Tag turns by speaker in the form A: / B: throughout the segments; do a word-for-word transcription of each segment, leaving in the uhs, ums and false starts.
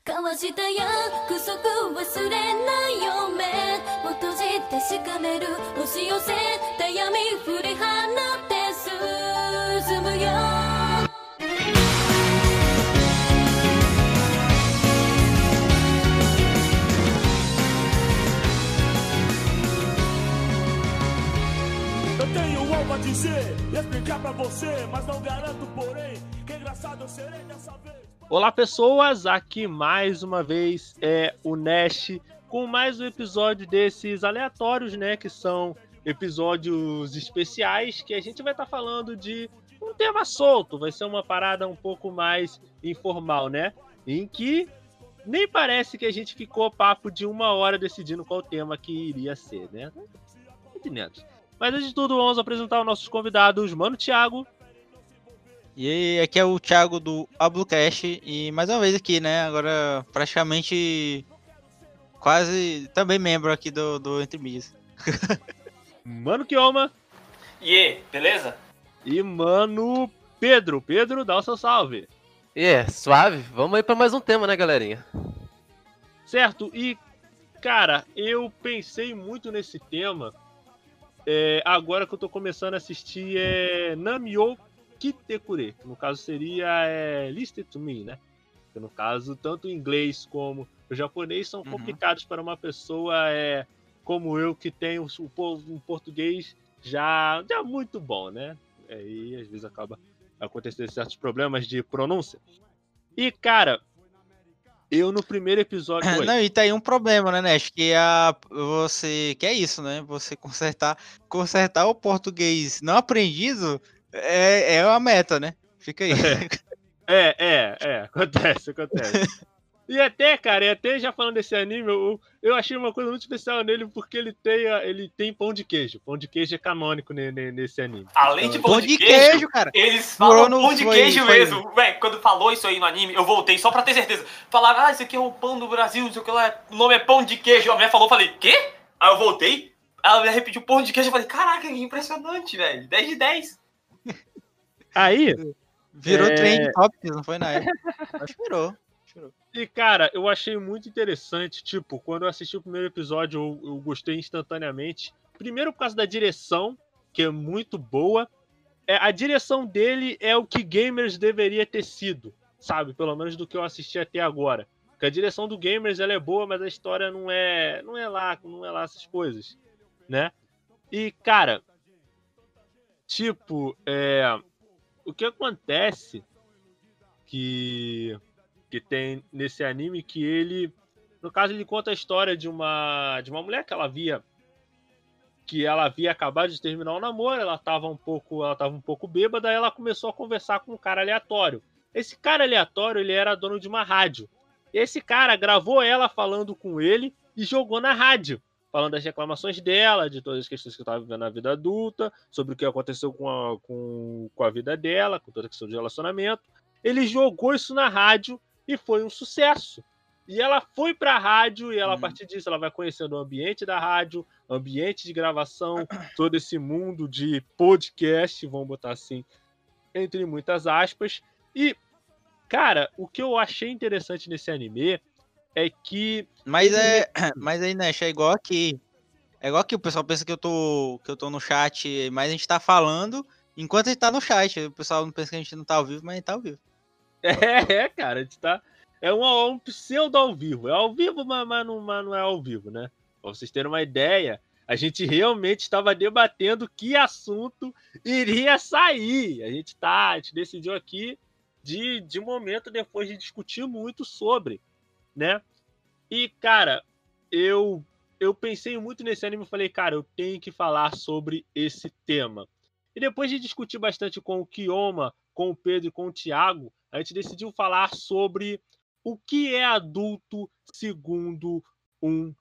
A: 交わした約束忘れないよ目を閉じて確かめる押し寄せた闇振り放って進むよ
B: Eu tenho algo a dizer, explicar pra você, mas não garanto, porém, que engraçado eu serei dessa vez.
C: Olá pessoas, aqui mais uma vez é o Nash com mais um episódio desses aleatórios, né, que são episódios especiais que a gente vai estar tá falando de um tema solto, vai ser uma parada um pouco mais informal, né, em que nem parece que a gente ficou papo de uma hora decidindo qual tema que iria ser, né, entendendo. Mas antes de tudo, vamos apresentar os nossos convidados, Mano Thiago.
D: E aí, aqui é o Thiago do Ablucast e mais uma vez aqui, né, agora praticamente quase também membro aqui do, do Entre Mídias.
C: Mano Kioma.
E: E aí, beleza?
C: E Mano Pedro. Pedro, dá o seu salve.
F: E yeah, suave, vamos aí pra mais um tema, né, galerinha?
C: Certo, e cara, eu pensei muito nesse tema, é, agora que eu tô começando a assistir é Namyo Kitekure, que no caso seria é, Listen to Me, né? Que no caso, tanto o inglês como o japonês são complicados uhum. para uma pessoa é, como eu, que tem um, um português já, já muito bom, né? E às vezes acaba acontecendo certos problemas de pronúncia. E, cara, eu no primeiro episódio...
D: Não, e tá aí um problema, né, Nash? Que a, você... Que é isso, né? Você consertar, consertar o português não aprendido... É, é uma meta, né? Fica aí.
C: É, é, é, acontece, acontece. E até, cara, e até já falando desse anime, eu, eu achei uma coisa muito especial nele, porque ele tem, ele tem pão de queijo. Pão de queijo é canônico nesse anime.
E: Além de
C: então,
E: pão, pão de, de queijo, queijo, cara, eles falam
D: Bruno
E: pão de
D: foi,
E: queijo
D: foi,
E: mesmo.
D: foi.
E: Véi, quando falou isso aí no anime, eu voltei só pra ter certeza. Falaram, ah, esse aqui é o pão do Brasil, não sei o que lá, o nome é pão de queijo. A mulher falou, eu falei, quê? Aí eu voltei, aí a mulher repetiu pão de queijo, eu falei, caraca, que impressionante, velho. dez de dez.
C: Aí...
D: Virou
C: é...
D: trend topics, não foi na época. Acho que virou.
C: E, cara, eu achei muito interessante, tipo, quando eu assisti o primeiro episódio, eu, eu gostei instantaneamente. Primeiro por causa da direção, que é muito boa. É, a direção dele é o que Gamers deveria ter sido, sabe? Pelo menos do que eu assisti até agora. Porque a direção do Gamers, ela é boa, mas a história não é, não é lá, não é lá essas coisas, né? E, cara, tipo, é... o que acontece que, que tem nesse anime que ele, no caso, ele conta a história de uma, de uma mulher que ela havia que ela havia acabado de terminar o namoro, ela estava um pouco, ela tava um pouco bêbada, aí ela começou a conversar com um cara aleatório. Esse cara aleatório, ele era dono de uma rádio. Esse cara gravou ela falando com ele e jogou na rádio, falando das reclamações dela, de todas as questões que eu estava vivendo na vida adulta, sobre o que aconteceu com a, com, com a vida dela, com toda a questão de relacionamento. Ele jogou isso na rádio e foi um sucesso. E ela foi para a rádio e ela, hum. a partir disso, ela vai conhecendo o ambiente da rádio, ambiente de gravação, todo esse mundo de podcast, vamos botar assim, entre muitas aspas. E, cara, o que eu achei interessante nesse anime é que...
D: Mas é, mas aí, Nash, é igual aqui. É igual aqui, o pessoal pensa que eu tô, que eu tô no chat, mas a gente tá falando enquanto a gente tá no chat. O pessoal não pensa que a gente não tá ao vivo, mas a gente tá ao vivo.
C: É, é cara, a gente tá... É um, um pseudo ao vivo. É ao vivo, mas, mas, não, mas não é ao vivo, né? Pra vocês terem uma ideia, a gente realmente estava debatendo que assunto iria sair. A gente tá, a gente decidiu aqui de, de momento, depois de discutir muito sobre, né? E, cara, eu, eu pensei muito nesse anime e falei, cara, eu tenho que falar sobre esse tema. E depois de discutir bastante com o Kioma, com o Pedro e com o Thiago, a gente decidiu falar sobre o que é adulto segundo um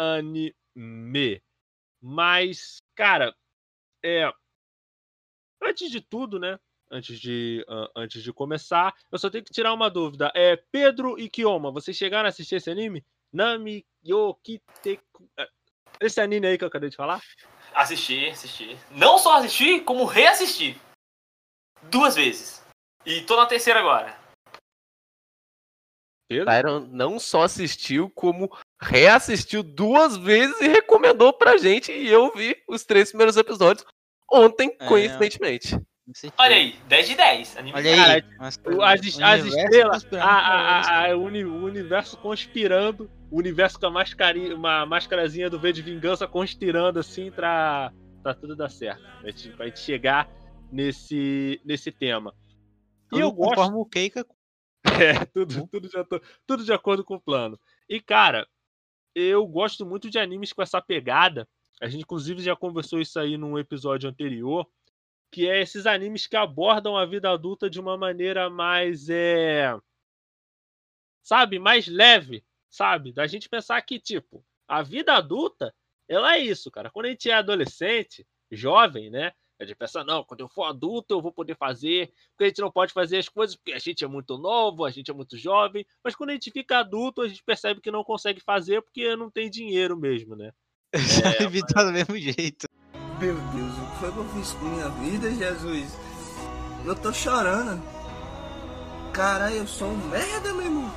C: anime. Mas, cara, é... antes de tudo, né? Antes de, uh, antes de começar, eu só tenho que tirar uma dúvida. É, Pedro e Kioma, vocês chegaram a assistir esse anime? Nami yo Kiteku... Esse anime aí que eu acabei de falar?
E: Assisti, assisti. Não só assisti, como reassisti. Duas vezes. E tô na terceira agora.
C: Pedro?
F: Tyron não só assistiu, como reassistiu duas vezes e recomendou pra gente. E eu vi os três primeiros episódios ontem,
D: É.
F: coincidentemente.
E: Olha aí, dez de dez. Anime
D: Olha aí.
C: Cara,
D: mas-
C: O- As, es- as
D: universo
C: estrelas,
D: conspirando
C: a-
D: contra
C: a-
D: eles.
C: a- a- o, uni- o universo conspirando, o universo com a mascarinha, uma mascarazinha do V de Vingança conspirando assim pra, pra tudo dar certo. Pra gente, pra gente chegar nesse, nesse tema. E
D: Tudo
C: eu gosto.
D: conforme o Keika.
C: É, tudo, tudo, de, ato- tudo de acordo com o plano. E, cara, eu gosto muito de animes com essa pegada. A gente, inclusive, já conversou isso aí num episódio anterior. Que é esses animes que abordam a vida adulta de uma maneira mais, é... sabe, mais leve, sabe? Da gente pensar que, tipo, a vida adulta, ela é isso, cara. Quando a gente é adolescente, jovem, né? A gente pensa, não, quando eu for adulto eu vou poder fazer, porque a gente não pode fazer as coisas porque a gente é muito novo, a gente é muito jovem, mas quando a gente fica adulto, a gente percebe que não consegue fazer porque não tem dinheiro mesmo, né?
D: É, evitar do mesmo jeito.
G: Meu Deus, o que foi que eu fiz com minha vida, Jesus? Eu tô chorando. Caralho, eu sou um merda, meu irmão.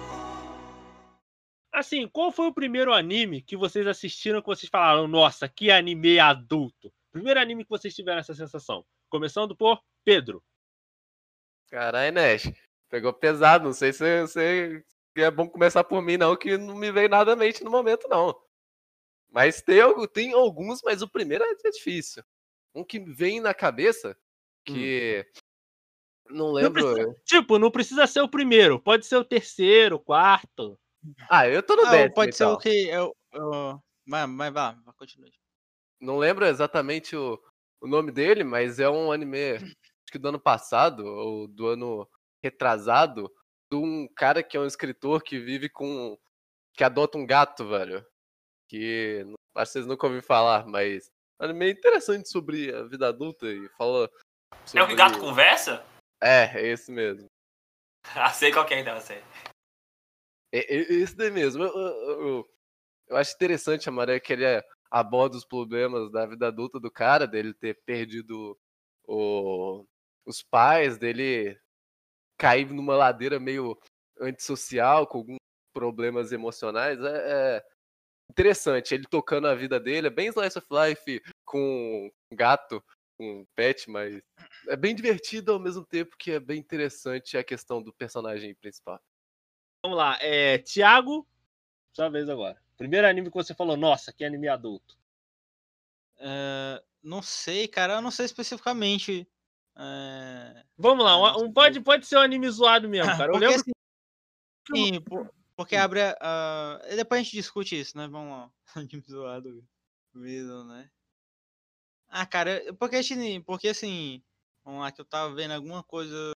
C: Assim, qual foi o primeiro anime que vocês assistiram que vocês falaram, nossa, que anime adulto? Primeiro anime que vocês tiveram essa sensação. Começando por Pedro.
F: Caralho, Nash. Pegou pesado. Não sei se, se é bom começar por mim, não, que não me veio nada à mente no momento, não. Mas tem, algu- tem alguns, mas o primeiro é é difícil. Um que vem na cabeça, que. Não lembro.
C: precisa- Tipo, não precisa ser o primeiro, pode ser o terceiro, o quarto.
F: Ah, eu tô no
D: Ah,
F: décimo,
D: pode ser
F: então.
D: o que. Eu, eu... Mas, mas vá, vá, continue.
F: Não lembro exatamente o, o nome dele, mas é um anime, acho que do ano passado, ou do ano retrasado, de um cara que é um escritor que vive com. Que adota um gato, velho. Que não- acho que vocês nunca ouviram falar, mas é um anime interessante sobre a vida adulta e fala.
E: É o
F: Sobre...
E: que o gato conversa?
F: É, é esse mesmo.
E: Ah, sei qual que é então, eu sei.
F: É, é esse daí mesmo. Eu, eu, eu- eu acho interessante a maneira que ele é- aborda os problemas da vida adulta do cara, dele ter perdido o- os pais, dele cair numa ladeira meio antissocial, com alguns problemas emocionais. É, é interessante. Ele tocando a vida dele, é bem slice of life com um gato, com um pet, mas é bem divertido ao mesmo tempo que é bem interessante a questão do personagem principal.
C: Vamos lá, é. Thiago, sua vez agora. Primeiro anime que você falou, nossa, que anime adulto.
D: É, não sei, cara, eu não sei especificamente. É,
C: Vamos lá,
D: Ah,
C: um-
D: não
C: um,
D: sei.
C: pode, pode ser um anime zoado mesmo, cara. Eu
D: porque
C: lembro
D: assim, sim, por- porque abre. a- a- e depois a gente discute isso, né? Vamos lá. Anime zoado mesmo, né? Ah, cara, eu- porque, assim, porque assim. Vamos lá, que eu tava vendo alguma coisa.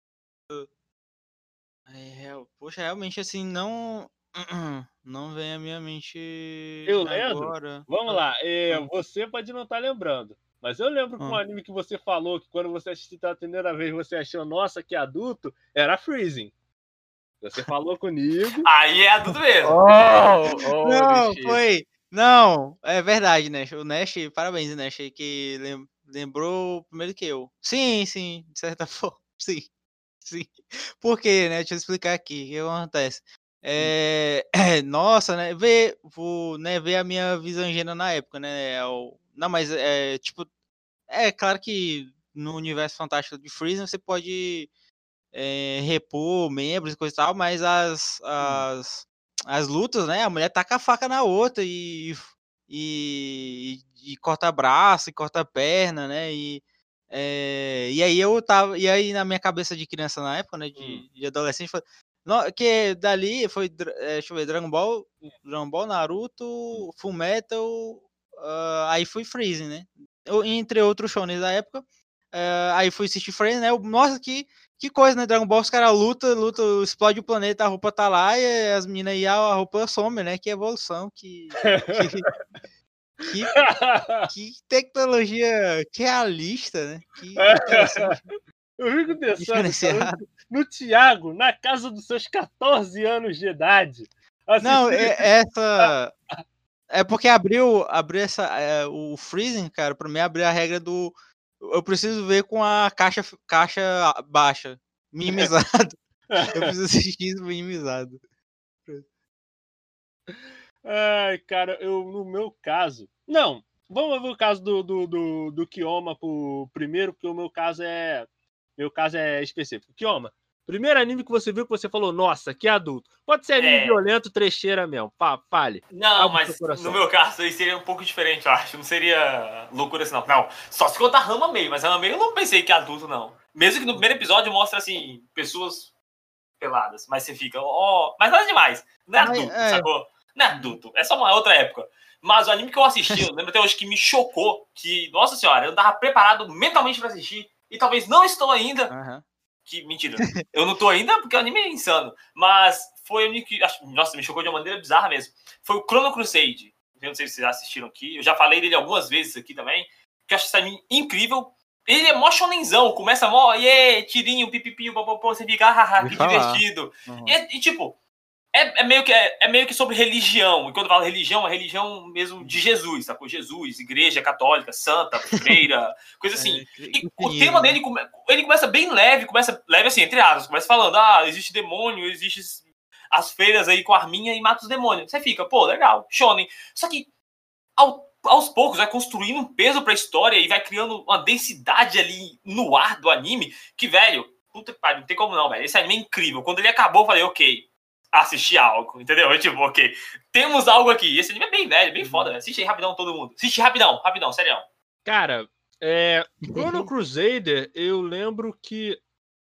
D: É, real- poxa, realmente assim, não. Não vem à minha mente
C: Eu lembro.
D: agora.
C: Vamos lá, é,
D: Ah.
C: você pode não estar lembrando, mas eu lembro que um
D: Ah.
C: anime que você falou que quando você assistiu pela primeira vez você achou, nossa, que adulto, era Freezing. Você falou comigo.
E: Aí é adulto mesmo.
F: Oh,
D: Não, foi. Não, é verdade, Nash. O Nash, parabéns, Nash, aí que lem- lembrou primeiro que eu. Sim, sim, de certa forma, sim. Sim. Por quê, né? Deixa eu explicar aqui o que acontece. É, nossa, né? Ver, vou, né, ver a minha visão ingênua na época, né? é o- Não, mas é tipo. É claro que no universo fantástico de Freezing você pode é, repor membros e coisa e tal, mas as, as, as lutas, né? A mulher taca a faca na outra e, e, e corta braço, e corta perna, né? E, é, e aí eu tava. E aí na minha cabeça de criança na época, né? De,
C: Hum.
D: de adolescente, foi. No, que dali foi, dra- é, deixa eu ver, Dragon Ball, Dragon Ball, Naruto, Fullmetal, ah, aí foi Freezing, né? Eu- entre outros shonens da época. eh, aí fui assistir Freezing, né? Eu- Nossa, que, que coisa, né? Dragon Ball, os caras lutam, luta, explode o planeta, a roupa tá lá e as minas aí, a, a roupa some, né? Que evolução, que. Que, que, que tecnologia realista, né? Que interessante,
C: Eu fico pensando cara,
D: diferenciado.
C: no Thiago, na casa dos seus catorze anos de idade.
D: Não,
C: assistindo
D: é, essa. É porque abriu, abriu essa, é, o Freezing, cara, pra mim abriu a regra do. Eu preciso ver com a caixa, caixa baixa, minimizado. Eu preciso assistir isso minimizado.
C: Ai, cara, eu, no meu caso... Não, vamos ver o caso do, do, do, do Kyoma pro primeiro, porque o meu caso é... Meu caso é específico. Kyoma, primeiro anime que você viu que você falou, nossa, que adulto. Pode ser anime
E: É.
C: violento, trecheira mesmo. Fa- Fale.
E: Não,
C: Abre o seu
E: mas
C: coração.
E: no meu caso aí seria um pouco diferente, eu acho. Não seria loucura assim, não. Não, só se contar Rama Meio, mas Rama Meio eu não pensei que é adulto, não. Mesmo que no primeiro episódio mostra, assim, pessoas peladas, mas você fica, ó... Mas nada demais. Não é
D: Mas,
E: adulto,
D: é.
E: sacou? Não é adulto, é só uma outra época. Mas o anime que eu assisti, eu lembro até hoje que me chocou, que, nossa senhora, eu tava preparado mentalmente pra assistir, e talvez não estou ainda,
D: Aham.
E: que mentira, eu não tô ainda porque o anime é insano, mas foi o anime que, acho- nossa, me chocou de uma maneira bizarra mesmo. Foi o Chrono Crusade. Eu não sei se vocês assistiram aqui, eu já falei dele algumas vezes aqui também, que eu acho esse anime incrível. Ele é mó shonenzão, começa mó, yeah, tirinho, pipipi, popopô, você fica, haha,
D: Ouvi
E: que
D: falar.
E: divertido.
D: Uhum.
E: E, e, tipo, é, é meio que, é, é meio que sobre religião. E quando eu falo religião, é religião mesmo de Jesus, sacou? Jesus, igreja católica, santa, freira, coisa assim.
D: É, cri-
E: E o
D: cristianismo,
E: tema
D: né?
E: dele come- ele começa bem leve, começa leve assim, entre aspas, começa falando, ah, existe demônio, existe as freiras aí com arminha e mata os demônios. Você fica, pô, legal, shonen. Só que ao- aos poucos vai construindo um peso pra história e vai criando uma densidade ali no ar do anime que, velho, puta que pariu, não tem como não, velho. Esse anime é incrível. Quando ele acabou, eu falei, ok, assisti algo, entendeu? Eu, tipo, ok, temos algo aqui. Esse anime é bem velho, bem foda, velho. Assiste aí rapidão todo mundo. Assiste rapidão, rapidão, sério.
C: Cara, é, Chrono Crusader, eu lembro que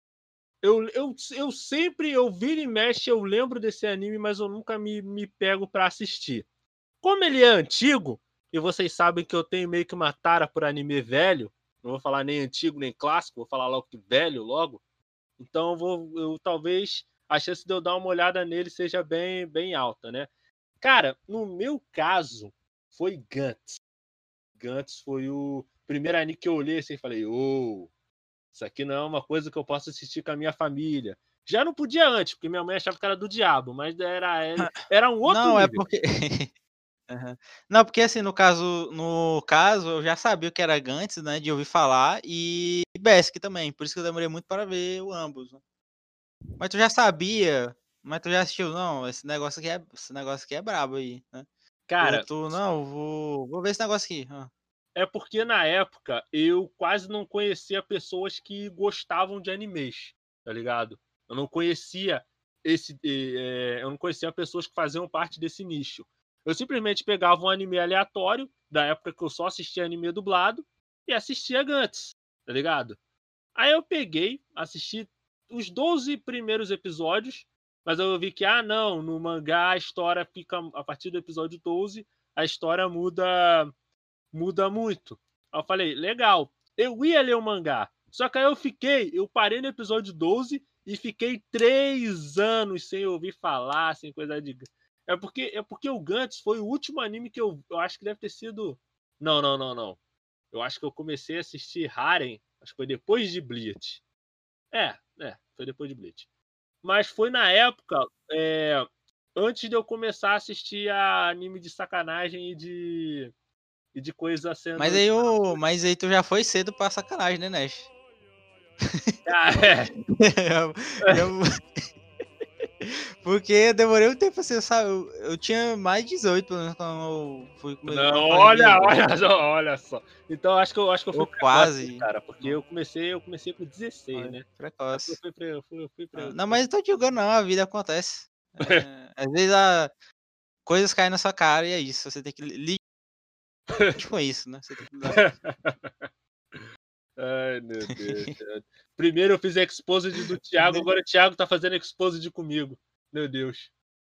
C: eu, eu, eu sempre, eu vira e mexe, eu lembro desse anime, mas eu nunca me, me pego pra assistir. Como ele é antigo, e vocês sabem que eu tenho meio que uma tara por anime velho, não vou falar nem antigo nem clássico, vou falar logo que velho logo, então eu vou, eu, talvez a chance de eu dar uma olhada nele seja bem, bem alta, né? Cara, no meu caso, foi Gantz. Gantz foi o primeiro anime que eu olhei assim e falei, ô, isso aqui não é uma coisa que eu posso assistir com a minha família. Já não podia antes, porque minha mãe achava que era do diabo, mas era, era um outro
D: Não, é
C: nível.
D: porque. Aham. Não, porque assim, no caso, no caso, eu já sabia o que era Gantz, né? De ouvir falar, e Besk também. Por isso que eu demorei muito para ver o ambos. Né? Mas tu já sabia, mas tu já assistiu, não, esse negócio aqui é, esse negócio aqui é brabo aí, né?
C: Cara,
D: Ou tu, não, vou, vou ver esse negócio aqui. Ah.
C: é porque na época eu quase não conhecia pessoas que gostavam de animes, tá ligado? Eu não conhecia esse, é, eu não conhecia pessoas que faziam parte desse nicho. Eu simplesmente pegava um anime aleatório, da época que eu só assistia anime dublado, e assistia Gantz, tá ligado? Aí eu peguei, assisti os doze primeiros episódios, mas eu vi que, ah, não, no mangá a história fica, a partir do episódio doze, a história muda, muda muito. Aí eu falei, legal, eu ia ler o mangá, só que aí eu fiquei, eu parei no episódio doze e fiquei três anos sem ouvir falar, sem coisa de... É porque, é porque o Gantz foi o último anime que eu, eu acho que deve ter sido... Não, não, não, não. Eu acho que eu comecei a assistir Harem, acho que foi depois de Bleach. É, é, foi depois de Bleach. Mas foi na época, é, antes de eu começar a assistir a anime de sacanagem e de, e de coisa sendo...
D: Mas aí, o, mas aí tu já foi cedo pra sacanagem, né, Nash?
C: Ah, é.
D: eu, eu... Porque eu demorei um tempo assim, sabe? Eu, eu tinha mais de dezoito, pelo menos, quando eu fui comer.
C: Não, olha, olha só, olha só. Então acho que eu acho que eu fui
D: Ou
C: precoce,
D: quase.
C: cara, porque eu comecei, eu comecei com dezesseis,
D: Olha,
C: né? Eu
D: precoce.
C: fui, pre- eu fui, eu fui pre-
D: Ah, Não, mas não tô te julgando, não. A vida acontece. É, às vezes a... coisas caem na sua cara e é isso. Você tem que lidar com isso, né? Você tem que lidar com isso.
C: Ai, meu Deus. Cara. Primeiro eu fiz a exposed do Thiago, agora o Thiago tá fazendo exposed comigo. Meu Deus.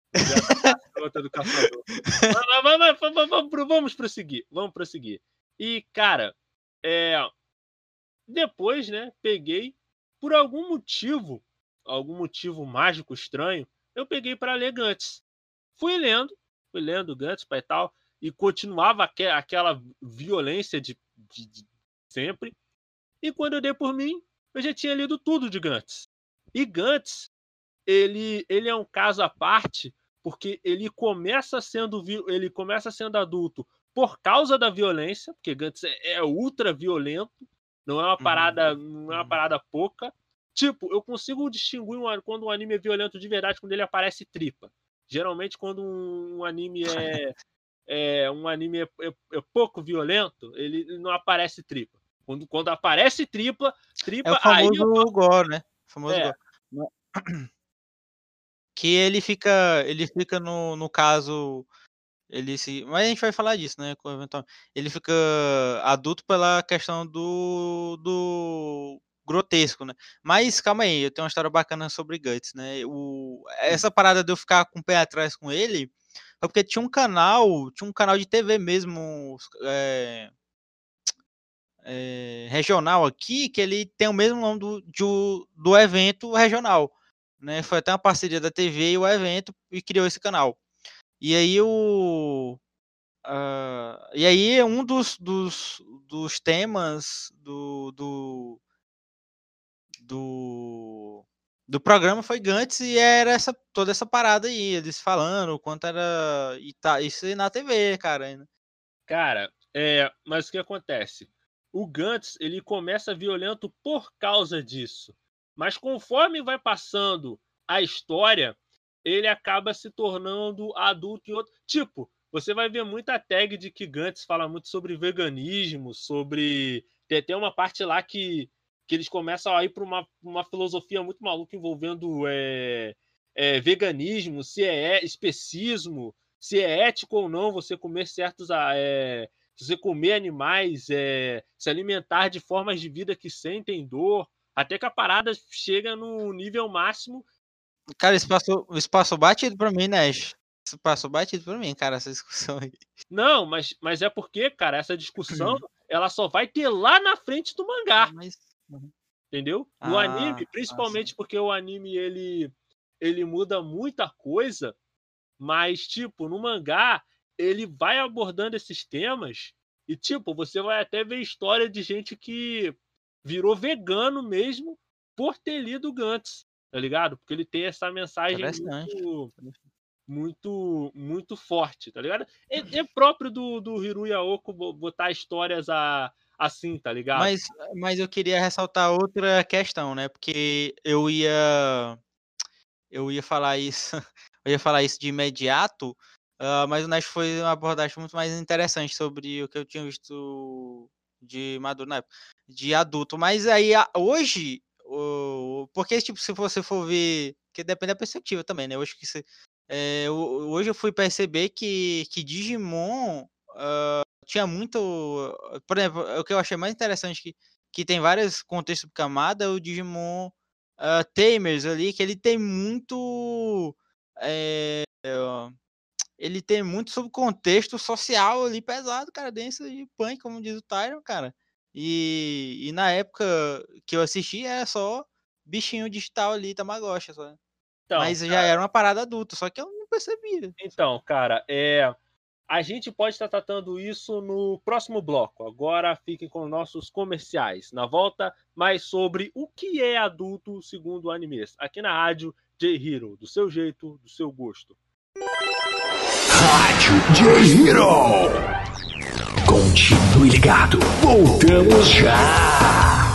C: Outra do caçador. Mas, mas, mas, vamos, vamos, vamos prosseguir. Vamos prosseguir. E, cara, é... depois, né, peguei, por algum motivo, algum motivo mágico estranho, eu peguei para ler Gantz. Fui lendo, fui lendo Gantz e tal, e continuava aqu aquela violência de, de, de sempre. E quando eu dei por mim, eu já tinha lido tudo de Gantz. E Gantz, ele, ele é um caso à parte, porque ele começa sendo, ele começa sendo adulto por causa da violência, porque Gantz é, é ultra violento, não é uma parada, não é uma parada pouca. Tipo, eu consigo distinguir um, quando um anime é violento de verdade, quando ele aparece tripa. Geralmente, quando um, um anime é, é um anime é, é, é pouco violento, ele, ele não aparece tripa. Quando, quando aparece tripa, tripa
D: É o famoso
C: aí eu...
D: gore, né? O famoso
C: É.
D: gore. Que ele fica, ele fica no, no caso, ele se, mas a gente vai falar disso, né? Ele fica adulto pela questão do, do grotesco, né? Mas calma aí, eu tenho uma história bacana sobre Guts, né? O, essa parada de eu ficar com o pé atrás com ele, foi porque tinha um canal, tinha um canal de T V mesmo, é, é, regional aqui, que ele tem o mesmo nome do, do, do evento regional. Né, foi até uma parceria da T V e o evento e criou esse canal. E aí o uh, e aí um dos, dos, dos temas do, do do do programa foi Gantz e era essa toda essa parada aí, eles falando o quanto era e tá isso aí na T V, cara.
C: Cara, é, mas o que acontece? O Gantz, ele começa violento por causa disso. Mas conforme vai passando a história, ele acaba se tornando adulto em outro... Tipo, você vai ver muita tag de que Gantz fala muito sobre veganismo, sobre... Tem até uma parte lá que, que eles começam a ir para uma, uma filosofia muito maluca envolvendo é, é, veganismo, se é especismo, se é ético ou não você comer certos... É, você comer animais, é, se alimentar de formas de vida que sentem dor, até que a parada chega no nível máximo.
D: Cara, isso passou, isso passou batido pra mim, né? Isso passou batido pra mim, cara, essa discussão aí.
C: Não, mas, mas é porque, cara, essa discussão, ela só vai ter lá na frente do mangá.
D: Mas...
C: Entendeu? No
D: Ah,
C: anime, principalmente ah, porque o anime, ele, ele muda muita coisa, mas, tipo, no mangá, ele vai abordando esses temas e, tipo, você vai até ver história de gente que virou vegano mesmo por ter lido Gantz, tá ligado? Porque ele tem essa mensagem muito, muito, muito forte, tá ligado? É, é próprio do, do Hiru Yaoko botar histórias a, assim, tá ligado?
D: Mas, mas eu queria ressaltar outra questão, né? Porque eu ia eu ia falar isso, eu ia falar isso de imediato, uh, mas o Nash foi uma abordagem muito mais interessante sobre o que eu tinha visto de maduro na época, de adulto. Mas aí hoje, o, porque tipo, se você for ver, que depende da perspectiva também, né? Hoje que você, é, hoje eu fui perceber que, que Digimon uh, tinha muito, por exemplo, o que eu achei mais interessante que, que tem vários contextos de camada, é o Digimon uh, Tamers ali, que ele tem muito é, ele tem muito subcontexto social ali pesado, cara, dentro de punk, como diz o Tyron, cara. E, e na época que eu assisti era só bichinho digital ali, Tamagotchi, só. Então, mas já cara, era uma parada adulta, só que eu não percebia.
C: Então, cara, é... a gente pode estar tratando isso no próximo bloco. Agora fiquem com nossos comerciais. Na volta, mais sobre o que é adulto segundo animes. Aqui na rádio J-Hero, do seu jeito, do seu gosto.
H: Rádio J-Hero. Continue ligado. Voltamos já.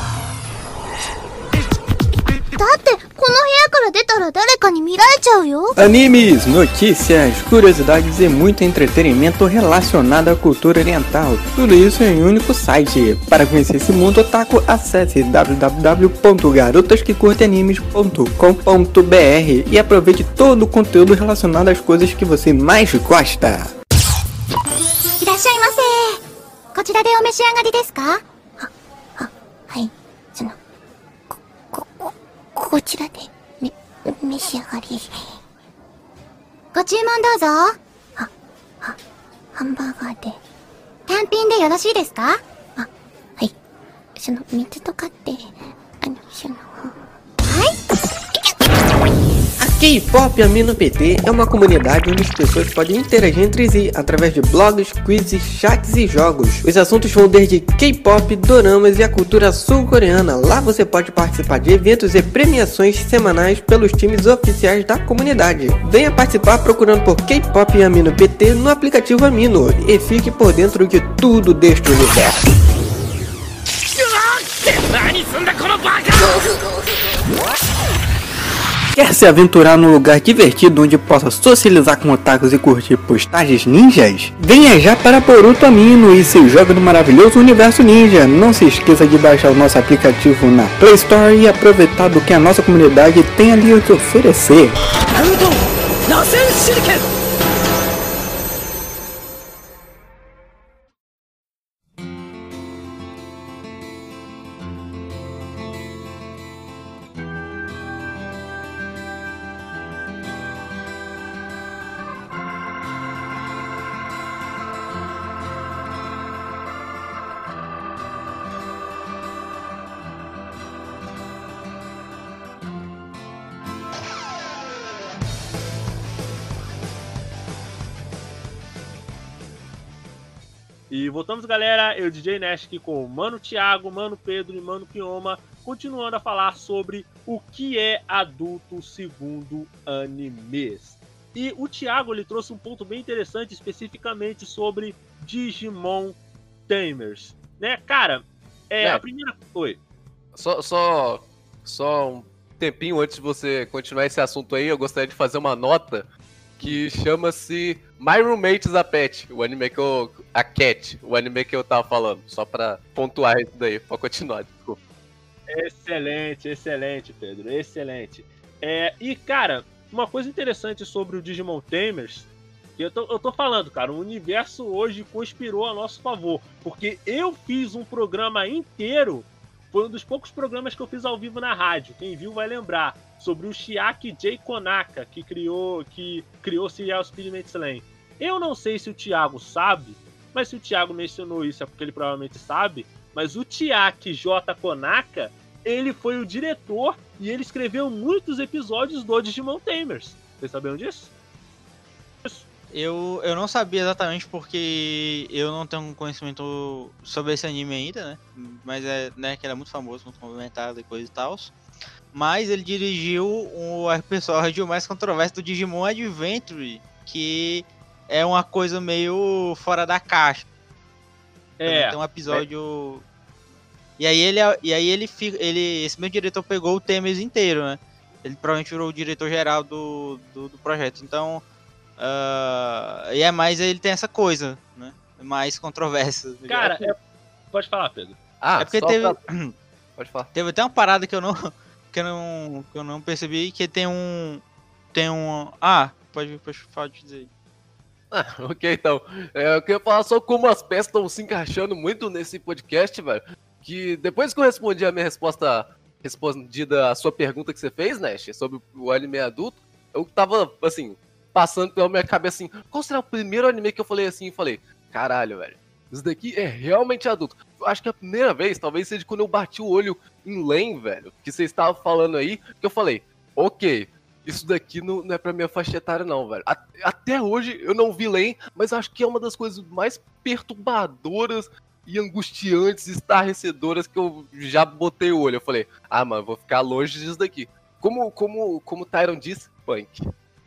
A: だってこの部屋から出たら誰かに見られちゃうよ。
I: Animes, notícias, curiosidades e muito entretenimento relacionado à cultura oriental. Tudo isso em um único site. Para conhecer esse mundo otaku, acesse w w w ponto garotas que curtem animes ponto com ponto b r e aproveite todo o conteúdo relacionado às coisas que você mais gosta.
A: いらっしゃいませ。こちらでお召し上がりですか？は、は、はい。その、こ、こ、こ、こちらで、め、召し上がり。ご注文どうぞ。は、は、ハンバーガーで。単品でよろしいですか？あ、はい。その、水とかって、あの、その、はい。
I: A K-Pop Amino P T é uma comunidade onde as pessoas podem interagir entre si através de blogs, quizzes, chats e jogos. Os assuntos vão desde K-Pop, doramas e a cultura sul-coreana. Lá você pode participar de eventos e premiações semanais pelos times oficiais da comunidade. Venha participar procurando por K-Pop Amino P T no aplicativo Amino e fique por dentro de tudo deste universo. Quer se aventurar num lugar divertido onde possa socializar com otakus e curtir postagens ninjas? Venha já para Boruto Amino e se joga no maravilhoso universo ninja. Não se esqueça de baixar o nosso aplicativo na Play Store e aproveitar do que a nossa comunidade tem ali a te oferecer.
C: E voltamos, galera, eu, D J Nash, aqui com o Mano Thiago, Mano Pedro e Mano Kioma, continuando a falar sobre o que é adulto segundo animes. E o Thiago, ele trouxe um ponto bem interessante, especificamente sobre Digimon Tamers, né, cara, é,
F: é.
C: a primeira... Oi.
F: Só, só, só um tempinho antes de você continuar esse assunto aí, eu gostaria de fazer uma nota que chama-se My Roommate's a Pet, o anime que eu... A Cat, o anime que eu tava falando, só pra pontuar isso daí, pra continuar, desculpa.
C: Excelente, excelente, Pedro, excelente. É, e, cara, uma coisa interessante sobre o Digimon Tamers, que eu tô, eu tô falando, cara, o universo hoje conspirou a nosso favor, porque eu fiz um programa inteiro, foi um dos poucos programas que eu fiz ao vivo na rádio, quem viu vai lembrar, sobre o Chiaki J. Konaka, que criou, que criou Serial Experiment Slam. Eu não sei se o Thiago sabe, mas se o Thiago mencionou isso é porque ele provavelmente sabe, mas o Chiaki J. Konaka, ele foi o diretor e ele escreveu muitos episódios do Digimon Tamers. Vocês sabiam disso?
D: Eu, eu não sabia exatamente porque eu não tenho conhecimento sobre esse anime ainda, né? Mas é, né, que ele é muito famoso, muito comentado e coisa e tal. Mas ele dirigiu o episódio mais controverso do Digimon Adventure, que é uma coisa meio fora da caixa.
C: É.
D: Tem um episódio... É. E aí ele, e aí ele, ele, esse meu diretor pegou o Tamers inteiro, né? Ele provavelmente virou o diretor geral do, do, do projeto. Então, uh, e é mais, ele tem essa coisa, né? Mais controversa.
C: Cara, é... pode falar, Pedro.
F: Ah,
D: é porque teve,
F: pra... pode falar.
D: Teve até uma parada que eu não, que eu não, que eu não percebi, que tem um, tem um, ah, pode, pode, pode dizer aí.
F: Ah, ok, então. É, eu queria falar só como as peças estão se encaixando muito nesse podcast, velho. Que depois que eu respondi a minha resposta, respondida a sua pergunta que você fez, Nash, sobre o anime adulto, eu tava, assim, passando pela minha cabeça assim, qual será o primeiro anime que eu falei assim, e falei, caralho, velho, isso daqui é realmente adulto. Eu acho que a primeira vez, talvez seja quando eu bati o olho em Len, velho, que você estava falando aí, que eu falei, ok, isso daqui não, não é pra minha faixa etária não, velho. Até hoje eu não vi Len, mas acho que é uma das coisas mais perturbadoras e angustiantes, estarrecedoras que eu já botei o olho. Eu falei, ah, mano, vou ficar longe disso daqui. Como, como, como o Tyron disse, punk.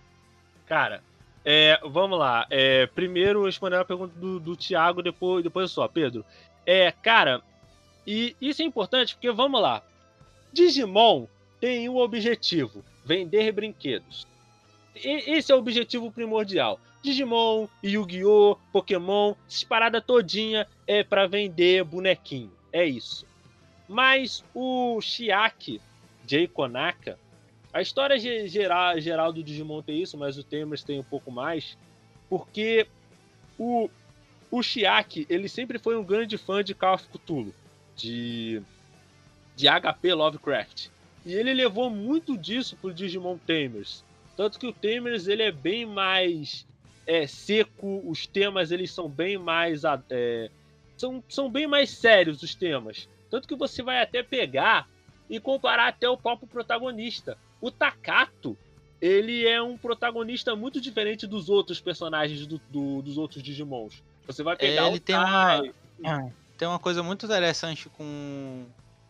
C: Cara, é, vamos lá. É, primeiro respondendo a pergunta do, do Thiago, depois, depois só, Pedro. É, cara, e isso é importante porque, vamos lá, Digimon tem um objetivo, vender brinquedos. E, esse é o objetivo primordial. Digimon, Yu-Gi-Oh!, Pokémon, essas paradas todinha é pra vender bonequinho. É isso. Mas o Chiaki J. Konaka, a história geral, geral do Digimon tem isso, mas o Tamers tem um pouco mais, porque o, o Chiaki, ele sempre foi um grande fã de Call of Cthulhu, de, de H P Lovecraft. E ele levou muito disso pro Digimon Tamers. Tanto que o Tamers, ele é bem mais é, seco, os temas eles são bem mais é, são, são bem mais sérios os temas. Tanto que você vai até pegar e comparar até o próprio protagonista. O Takato, ele é um protagonista muito diferente dos outros personagens do, do, dos outros Digimons. Você vai pegar
D: ele
C: o
D: tem
C: Tai...
D: uma tem uma coisa muito interessante com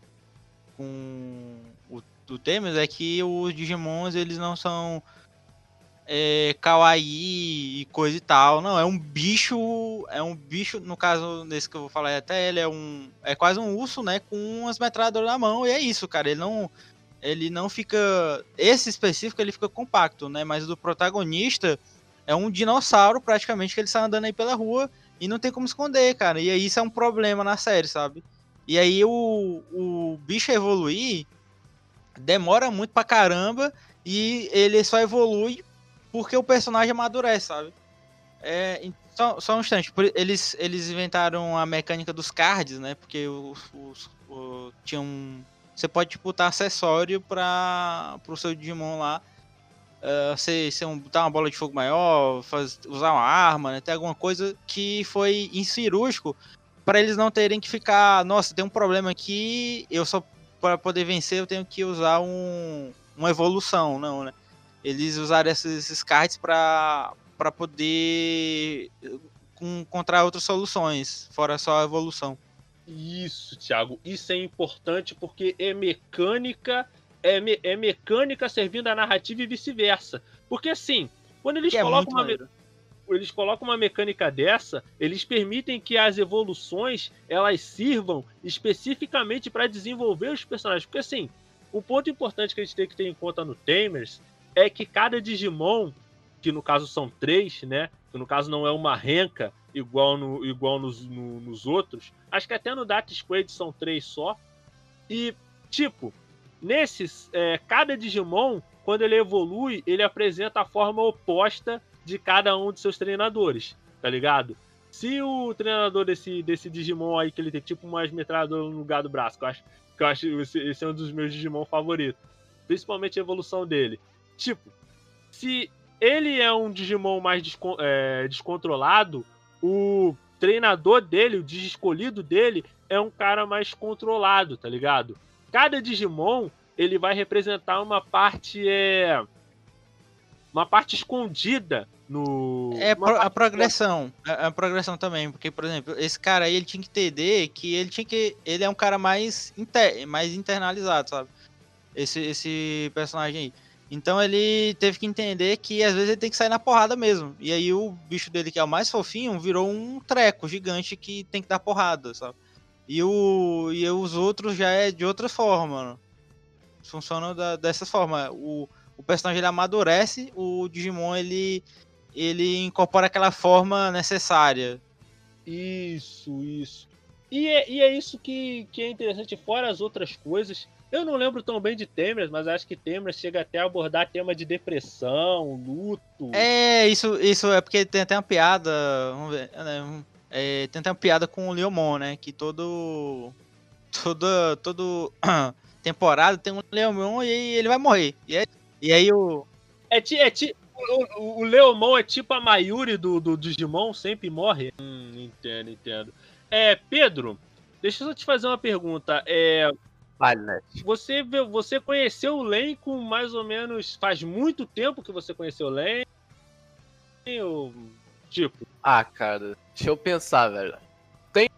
D: com o, o Tamers, é que os Digimons, eles não são é, kawaii e coisa e tal, não, é um bicho, é um bicho, no caso desse que eu vou falar até, ele é um, é quase um urso, né, com umas metralhadoras na mão, e é isso, cara, ele não, ele não fica... Esse específico, ele fica compacto, né? Mas o do protagonista é um dinossauro, praticamente, que ele está andando aí pela rua e não tem como esconder, cara. E aí isso é um problema na série, sabe? E aí o, o bicho evoluir demora muito pra caramba e ele só evolui porque o personagem amadurece, sabe? É, em- só, só um instante, por- eles, eles inventaram a mecânica dos cards, né? Porque os, os, o- tinha um... Você pode tipo, botar acessório para o seu Digimon lá. Uh, você, você um, botar uma bola de fogo maior, faz, usar uma arma, né? Tem alguma coisa que foi incirúrgico para eles não terem que ficar, nossa, tem um problema aqui, eu só para poder vencer eu tenho que usar um, uma evolução, não, né? Eles usaram esses, esses cards para para poder com- encontrar outras soluções, fora só a evolução.
C: Isso, Thiago. Isso é importante porque é mecânica, é, me- é mecânica servindo a narrativa e vice-versa. Porque assim, quando eles
D: Que é
C: colocam
D: muito
C: uma, me-
D: maneiro.
C: eles colocam uma mecânica dessa, eles permitem que as evoluções elas sirvam especificamente para desenvolver os personagens. Porque assim, um ponto importante que a gente tem que ter em conta no Tamers é que cada Digimon, que no caso são três, né? Que no caso não é uma renca igual, no, igual nos, no- nos outros. Acho que até no Data Squad são três só. E, tipo, nesses, é, cada Digimon, quando ele evolui, ele apresenta a forma oposta de cada um de seus treinadores, tá ligado? Se o treinador desse, desse Digimon aí, que ele tem tipo umas metralhadoras no lugar do braço, que eu acho que eu acho esse, esse é um dos meus Digimon favoritos, principalmente a evolução dele. Tipo, se ele é um Digimon mais descon- é, descontrolado, o treinador dele, o Digi escolhido dele, é um cara mais controlado, tá ligado? Cada Digimon, ele vai representar uma parte, é, uma parte escondida no...
D: É
C: uma
D: pro- a
C: parte-
D: progressão, a, a progressão também, porque, por exemplo, esse cara aí, ele tinha que entender que ele tinha que, ele é um cara mais, inter, mais internalizado, sabe? Esse, esse personagem aí. Então ele teve que entender que às vezes ele tem que sair na porrada mesmo. E aí o bicho dele, que é o mais fofinho, virou um treco gigante que tem que dar porrada, sabe? E, o, e os outros já é de outra forma, mano. Funciona da, dessa forma. O, o personagem ele amadurece, o Digimon ele, ele incorpora aquela forma necessária.
C: Isso, isso. E é, e é isso que, que é interessante, fora as outras coisas. Eu não lembro tão bem de Tamers, mas acho que Tamers chega até a abordar tema de depressão, luto.
D: É, isso, isso é porque tem até uma piada. Vamos ver. né, um- é, tem até uma piada com o Leomon, né? Que todo. Toda. Todo temporada tem um Leomon e aí ele vai morrer. E, é- e aí o.
C: É, ti, é ti, o, o, o Leomon é tipo a Mayuri do, do Digimon, sempre morre. Hum, entendo, entendo. É, Pedro, deixa eu só te fazer uma pergunta. É,
F: Vale, né?
C: você, vê- você conheceu o Len com mais ou menos... Faz muito tempo que você conheceu o Len? Ou, tipo...
F: Ah, cara, deixa eu pensar, velho. Tem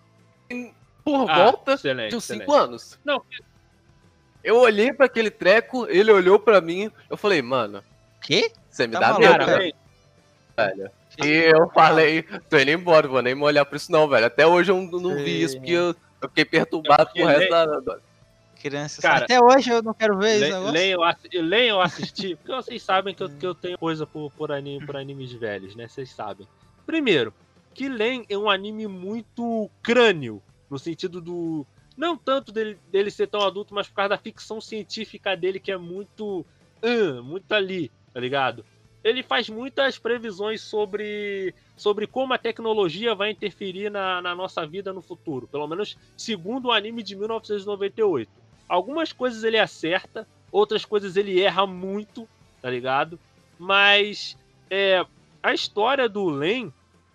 F: por
C: Ah,
F: volta
C: excelente,
F: de uns
C: excelente.
F: cinco anos.
C: Não,
F: Eu olhei pra aquele treco, ele olhou pra mim, eu falei, mano,
D: Quê?
F: você me
D: Tá
F: dá
D: maluco,
F: medo,
C: cara,
F: velho.
C: Len,
F: velho. E eu falei, tô indo embora, vou nem me olhar pra isso não, velho. Até hoje eu não, não vi isso, porque eu, eu fiquei perturbado
C: É porque
F: pro resto
C: Len-
F: da... da-
D: Criança.
C: Cara,
D: Até hoje eu não quero ver esse
C: Len,
D: negócio.
C: Len eu, assi- Len eu assisti, porque vocês sabem que eu, que eu tenho coisa por, por, anime, por animes velhos, né? Vocês sabem. Primeiro, que Len é um anime muito crânio, no sentido do... Não tanto dele, dele ser tão adulto, mas por causa da ficção científica dele, que é muito... ah, muito ali, tá ligado? Ele faz muitas previsões sobre, sobre como a tecnologia vai interferir na, na nossa vida no futuro. Pelo menos segundo o anime de mil novecentos e noventa e oito. Algumas coisas ele acerta, outras coisas ele erra muito, tá ligado? Mas é, a história do Len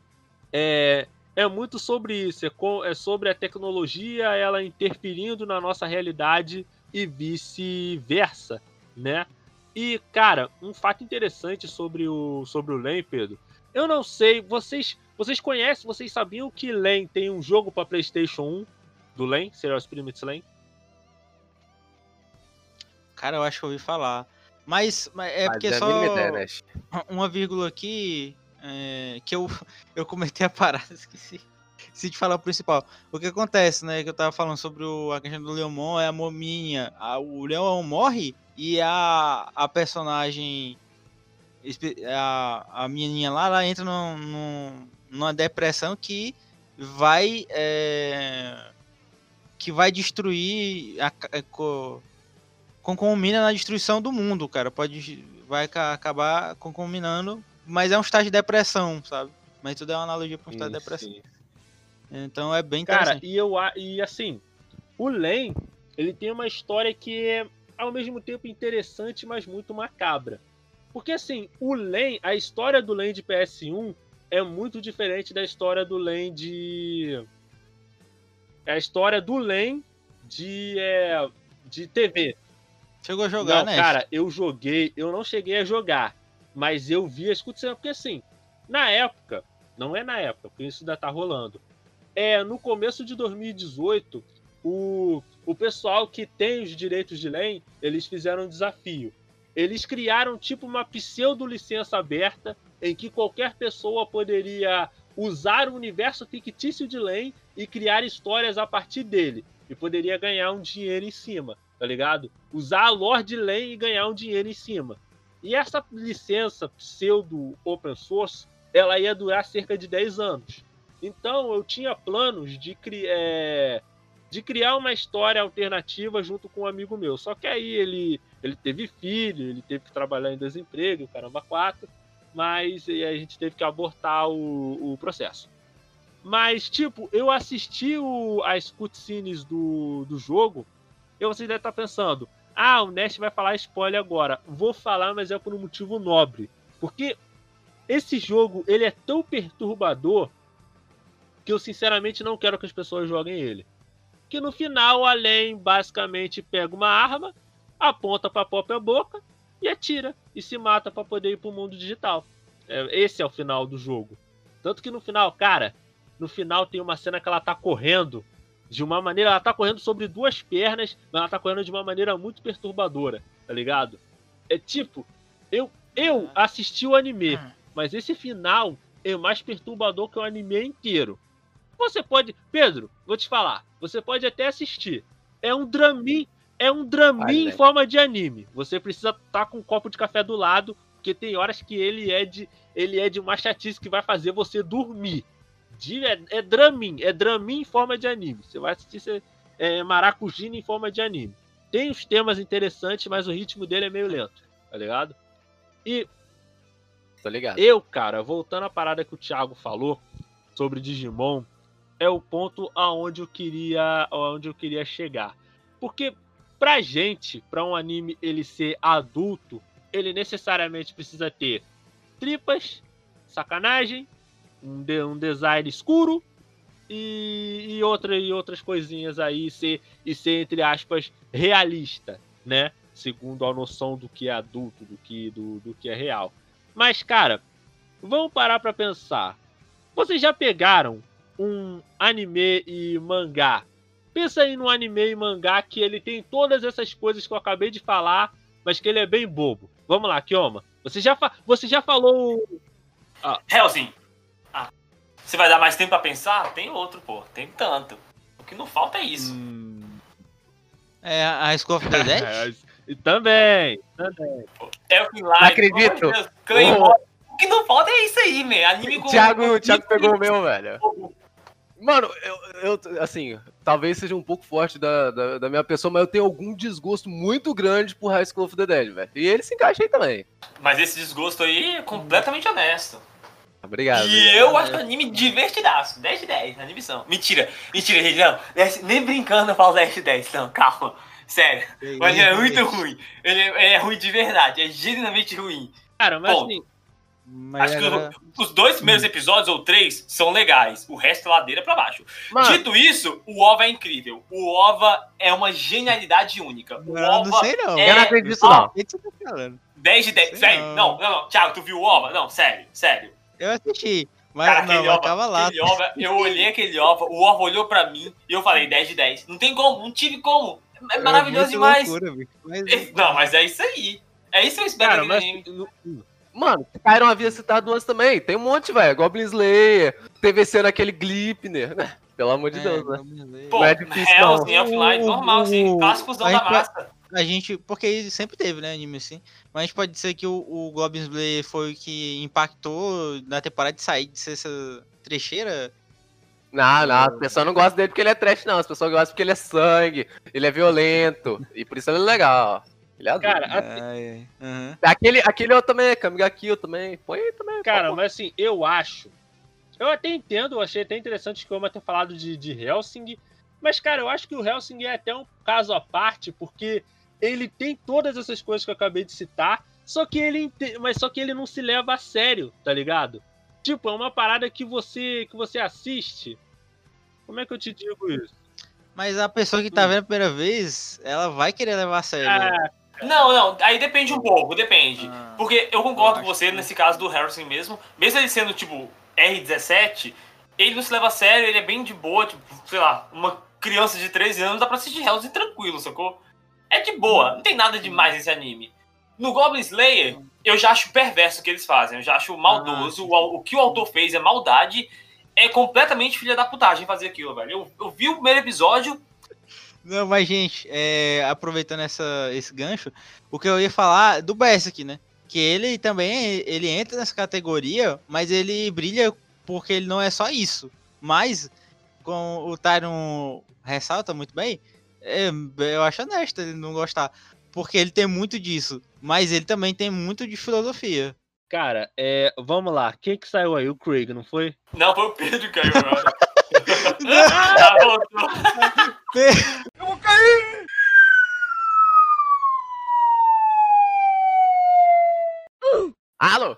C: é, é muito sobre isso. É, com, é sobre a tecnologia, ela interferindo na nossa realidade e vice-versa, né? E, cara, um fato interessante sobre o, sobre o Len, Pedro. Eu não sei, vocês, vocês conhecem, vocês sabiam que Len tem um jogo pra PlayStation um do Len, Serial Experiments Len?
D: Cara, eu acho que eu ouvi falar. Mas, mas é
F: Mas
D: porque
F: é a
D: só
F: mínima ideia, né?
D: uma vírgula aqui é, que eu, eu comentei a parada, esqueci. se te falar o principal. O que acontece, né? Que eu tava falando sobre o, a questão do Leomon, é a mominha. A, o Leomon morre e a, a personagem. A, a menininha lá, ela entra num, num, numa depressão que vai. É, que vai destruir. A, a, co, concomina na destruição do mundo, cara. Pode. Vai acabar concominando. Mas é um estágio de depressão, sabe? Mas tudo é uma analogia para um estado de depressão.
C: Sim.
D: Então é bem
C: Cara,
D: interessante.
C: e eu a- e assim, o Len, ele tem uma história que é ao mesmo tempo interessante, mas muito macabra. Porque assim, o Len, a história do Len de P S um é muito diferente da história do Len de é a história do Len de é, de T V.
D: Chegou a jogar,
C: Não,
D: né?
C: cara, eu joguei, eu não cheguei a jogar, mas eu vi as cutscenes, porque assim, na época, não é na época, porque isso ainda tá rolando. É, no começo de dois mil e dezoito, o, o pessoal que tem os direitos de Len, eles fizeram um desafio. Eles criaram tipo uma pseudo-licença aberta em que qualquer pessoa poderia usar o universo fictício de Len e criar histórias a partir dele. E poderia ganhar um dinheiro em cima, tá ligado? Usar a lore de Len e ganhar um dinheiro em cima. E essa licença pseudo-open source, ela ia durar cerca de dez anos. Então eu tinha planos de, cri é, de criar uma história alternativa junto com um amigo meu. Só que aí ele, ele teve filho, ele teve que trabalhar em desemprego, caramba, quatro. Mas e a gente teve que abortar o, o processo. Mas, tipo, eu assisti o, as cutscenes do, do jogo, e você deve estar pensando, ah, o Nest vai falar spoiler agora. Vou falar, mas é por um motivo nobre. Porque esse jogo, ele é tão perturbador que eu sinceramente não quero que as pessoas joguem ele. Que no final, a Len basicamente pega uma arma, aponta pra própria boca e atira. E se mata pra poder ir pro mundo digital. É, esse é o final do jogo. Tanto que no final, cara, no final tem uma cena que ela tá correndo de uma maneira... Ela tá correndo sobre duas pernas, mas ela tá correndo de uma maneira muito perturbadora, tá ligado? É tipo, eu, eu assisti o anime, mas esse final é mais perturbador que o anime inteiro. Você pode... Pedro, vou te falar. Você pode até assistir. É um dramin, é um dramin em forma de anime. Você precisa estar com um copo de café do lado, porque tem horas que ele é de, ele é de uma chatice que vai fazer você dormir. De, é, é dramin, é dramin em forma de anime. Você vai assistir você, é, Maracujina em forma de anime. Tem os temas interessantes, mas o ritmo dele é meio lento, tá ligado? E
F: Tô ligado.
C: eu, cara, voltando à parada que o Thiago falou sobre Digimon, é o ponto aonde eu queria, aonde eu queria chegar. Porque pra gente, pra um anime ele ser adulto, ele necessariamente precisa ter tripas, sacanagem, um, de, um design escuro e, e, outra, e outras coisinhas aí, e ser, e ser, entre aspas, realista, né? Segundo a noção do que é adulto, do que, do, do que é real. Mas, cara, vamos parar pra pensar. Vocês já pegaram um anime e mangá? Pensa aí num anime e mangá que ele tem todas essas coisas que eu acabei de falar, mas que ele é bem bobo. Vamos lá, Kioma. Você já, fa você já falou...
E: Ah. Hellsing. Ah. Você vai dar mais tempo pra pensar? Tem outro, pô. Tem tanto. O que não falta é isso.
C: Hum...
D: É a School of the Dead?
C: Também, também.
E: Elfen Light.
F: Não acredito.
E: Claymore. O que não falta é isso aí, man. Anime
F: O
E: com...
F: Thiago, o Thiago pegou o meu, velho. Mano, eu, eu, assim, talvez seja um pouco forte da, da, da minha pessoa, mas eu tenho algum desgosto muito grande por High School of the Dead, velho. E ele se encaixa aí também.
E: Mas esse desgosto aí é completamente honesto.
F: Obrigado.
E: E
F: obrigado,
E: eu
F: né?
E: acho que é um anime divertidaço. dez de dez, na animação. Mentira, mentira, gente, não. Nem brincando eu falo dez de dez, não, calma. Sério. O anime é muito ruim. Ele é, ele é ruim de verdade, é genuinamente ruim.
C: Cara, mas
E: Bom,
C: assim...
D: Mas
E: acho
D: agora...
E: que os dois primeiros episódios, ou três, são legais. O resto é ladeira pra baixo.
F: Mano.
E: Dito isso, o OVA é incrível. O OVA é uma genialidade única. O
D: Eu
E: OVA
D: não sei não.
E: é...
F: Eu não acredito,
E: Ó,
F: não.
D: O que você tá falando?
E: dez de dez.
D: Sei
E: Sério,
D: não.
E: não, não, não. Thiago, tu viu o OVA? Não, sério, sério.
D: Eu assisti, mas
E: Cara,
D: não,
E: aquele
D: mas
E: OVA,
D: tava lá.
E: aquele OVA, eu olhei aquele OVA, o OVA olhou pra mim e eu falei dez de dez. Não tem como, não tive como. É maravilhoso
D: muito
E: demais.
D: loucura, bicho. Mas-
E: Não, mas é isso aí. É isso que eu espero
C: Cara,
E: daquele
C: mas...
E: anime.
F: Mano, Kyron havia citado antes também. Tem um monte, velho. Goblin Slayer, T V C naquele Glipner, né? Pelo amor de
D: É,
F: Deus, né?
D: Goblin Slayer.
E: Pô,
F: Não é difícil, não.
E: Hell's, Offline, normal, assim. Clássicos
D: a
E: da
D: gente vai-
E: massa.
D: A gente, porque sempre teve, né, anime assim. Mas a gente pode dizer que o, o Goblin Slayer foi o que impactou na temporada de sair de ser essa trecheira.
F: Não, não, as pessoas não gostam dele porque ele é trash, não. As pessoas gostam porque ele é sangue, ele é violento. E por isso ele é legal. Ele é adulto.
C: Cara, assim,
D: Ai, ai. Aham.
F: Aquele, aquele outro também, Kamiga Kill também. Põe aí também.
C: cara,
F: pô.
C: mas assim, eu acho. Eu até entendo, eu achei até interessante que o Oma ter falado de, de Hellsing. Mas, cara, eu acho que o Hellsing é até um caso à parte, porque ele tem todas essas coisas que eu acabei de citar, só que ele, ente- mas só que ele não se leva a sério, tá ligado? Tipo, é uma parada que você, que você assiste. Como é que eu te digo isso?
D: Mas a pessoa que tá vendo a primeira vez, ela vai querer levar a sério.
C: Ah,
E: Não, não, aí depende um pouco, depende.
D: Ah,
E: Porque eu concordo
D: eu
E: com
D: acho
E: você
D: que-
E: nesse caso do Harrison mesmo. Mesmo ele sendo, tipo, R dezessete, ele não se leva a sério, ele é bem de boa, tipo, sei lá, uma criança de treze anos dá pra assistir Hellsing tranquilo, sacou? É de boa, não tem nada demais nesse anime. No Goblin Slayer, eu já acho perverso o que eles fazem, eu já acho maldoso, o, au- o que o autor fez é maldade, é completamente filha da putagem fazer aquilo, velho. Eu, eu vi o primeiro episódio,
D: Não, mas, gente, é, aproveitando essa, esse gancho, o que eu ia falar do Bess aqui, né? Que ele também, ele entra nessa categoria, mas ele brilha porque ele não é só isso. Mas, com o Tyron ressalta muito bem, é, eu acho honesto ele não gostar. Porque ele tem muito disso, mas ele também tem muito de filosofia.
C: cara, é, vamos lá. Quem que saiu aí? O Craig, não foi?
E: não, foi o Pedro que caiu agora. Ah, voltou.
F: Alô?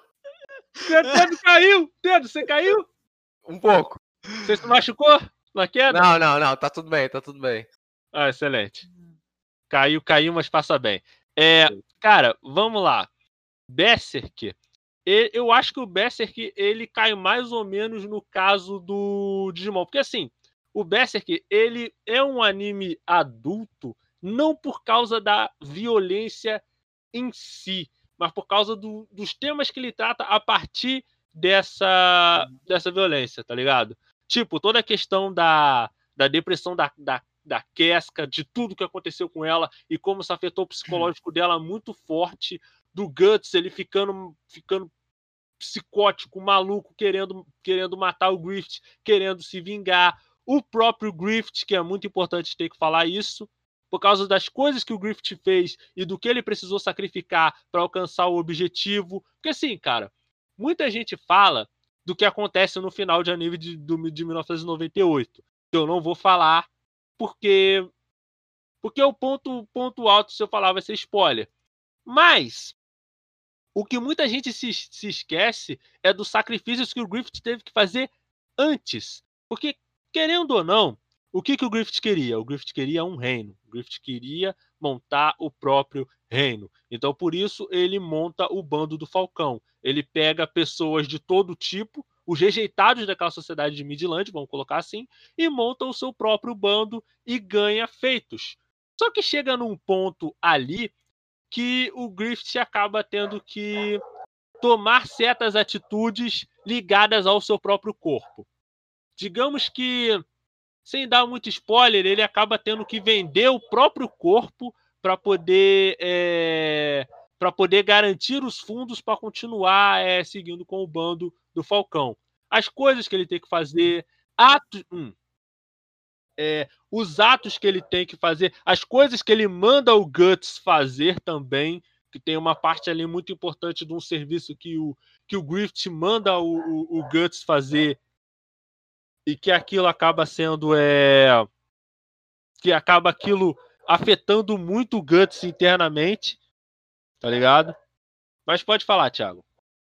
C: Pedro caiu! Pedro, você caiu?
F: Um pouco.
C: Você se machucou na queda?
F: Não, não, não. Tá tudo bem, tá tudo bem.
C: Ah, excelente. Caiu, caiu, mas passa bem. É, cara, vamos lá. Berserk. e- Eu acho que o Berserk, ele cai mais ou menos no caso do Digimon. Porque assim, o Berserk, ele é um anime adulto, não por causa da violência em si, mas por causa do- dos temas que ele trata a partir dessa, dessa violência, tá ligado? Tipo, toda a questão da, da depressão da, da, da Casca, de tudo que aconteceu com ela e como isso afetou o psicológico dela muito forte, do Guts, ele ficando, ficando psicótico, maluco, querendo, querendo matar o Griffith, querendo se vingar. O próprio Griffith, que é muito importante ter que falar isso, por causa das coisas que o Griffith fez e do que ele precisou sacrificar para alcançar o objetivo. Porque assim, cara, muita gente fala do que acontece no final de anime de, do- de mil novecentos e noventa e oito. Eu não vou falar porque porque o ponto, ponto alto, se eu falar, vai ser spoiler. Mas o que muita gente se, se esquece é dos sacrifícios que o Griffith teve que fazer antes. Porque, querendo ou não, o que, que o Griffith queria? O Griffith queria um reino. O Griffith queria montar o próprio reino. Então, por isso, ele monta o bando do Falcão. Ele pega pessoas de todo tipo, os rejeitados daquela sociedade de Midland, vamos colocar assim, e monta o seu próprio bando e ganha feitos. Só que chega num ponto ali que o Griffith acaba tendo que tomar certas atitudes ligadas ao seu próprio corpo. Digamos que, sem dar muito spoiler, ele acaba tendo que vender o próprio corpo para poder é, para poder garantir os fundos para continuar é, seguindo com o bando do Falcão. As coisas que ele tem que fazer, atos, hum, é, os atos que ele tem que fazer, as coisas que ele manda o Guts fazer também, que tem uma parte ali muito importante de um serviço que o, que o Griffith manda o, o, o Guts fazer e que aquilo acaba sendo é, que acaba aquilo afetando muito o Guts internamente, tá ligado? Mas pode falar, Thiago.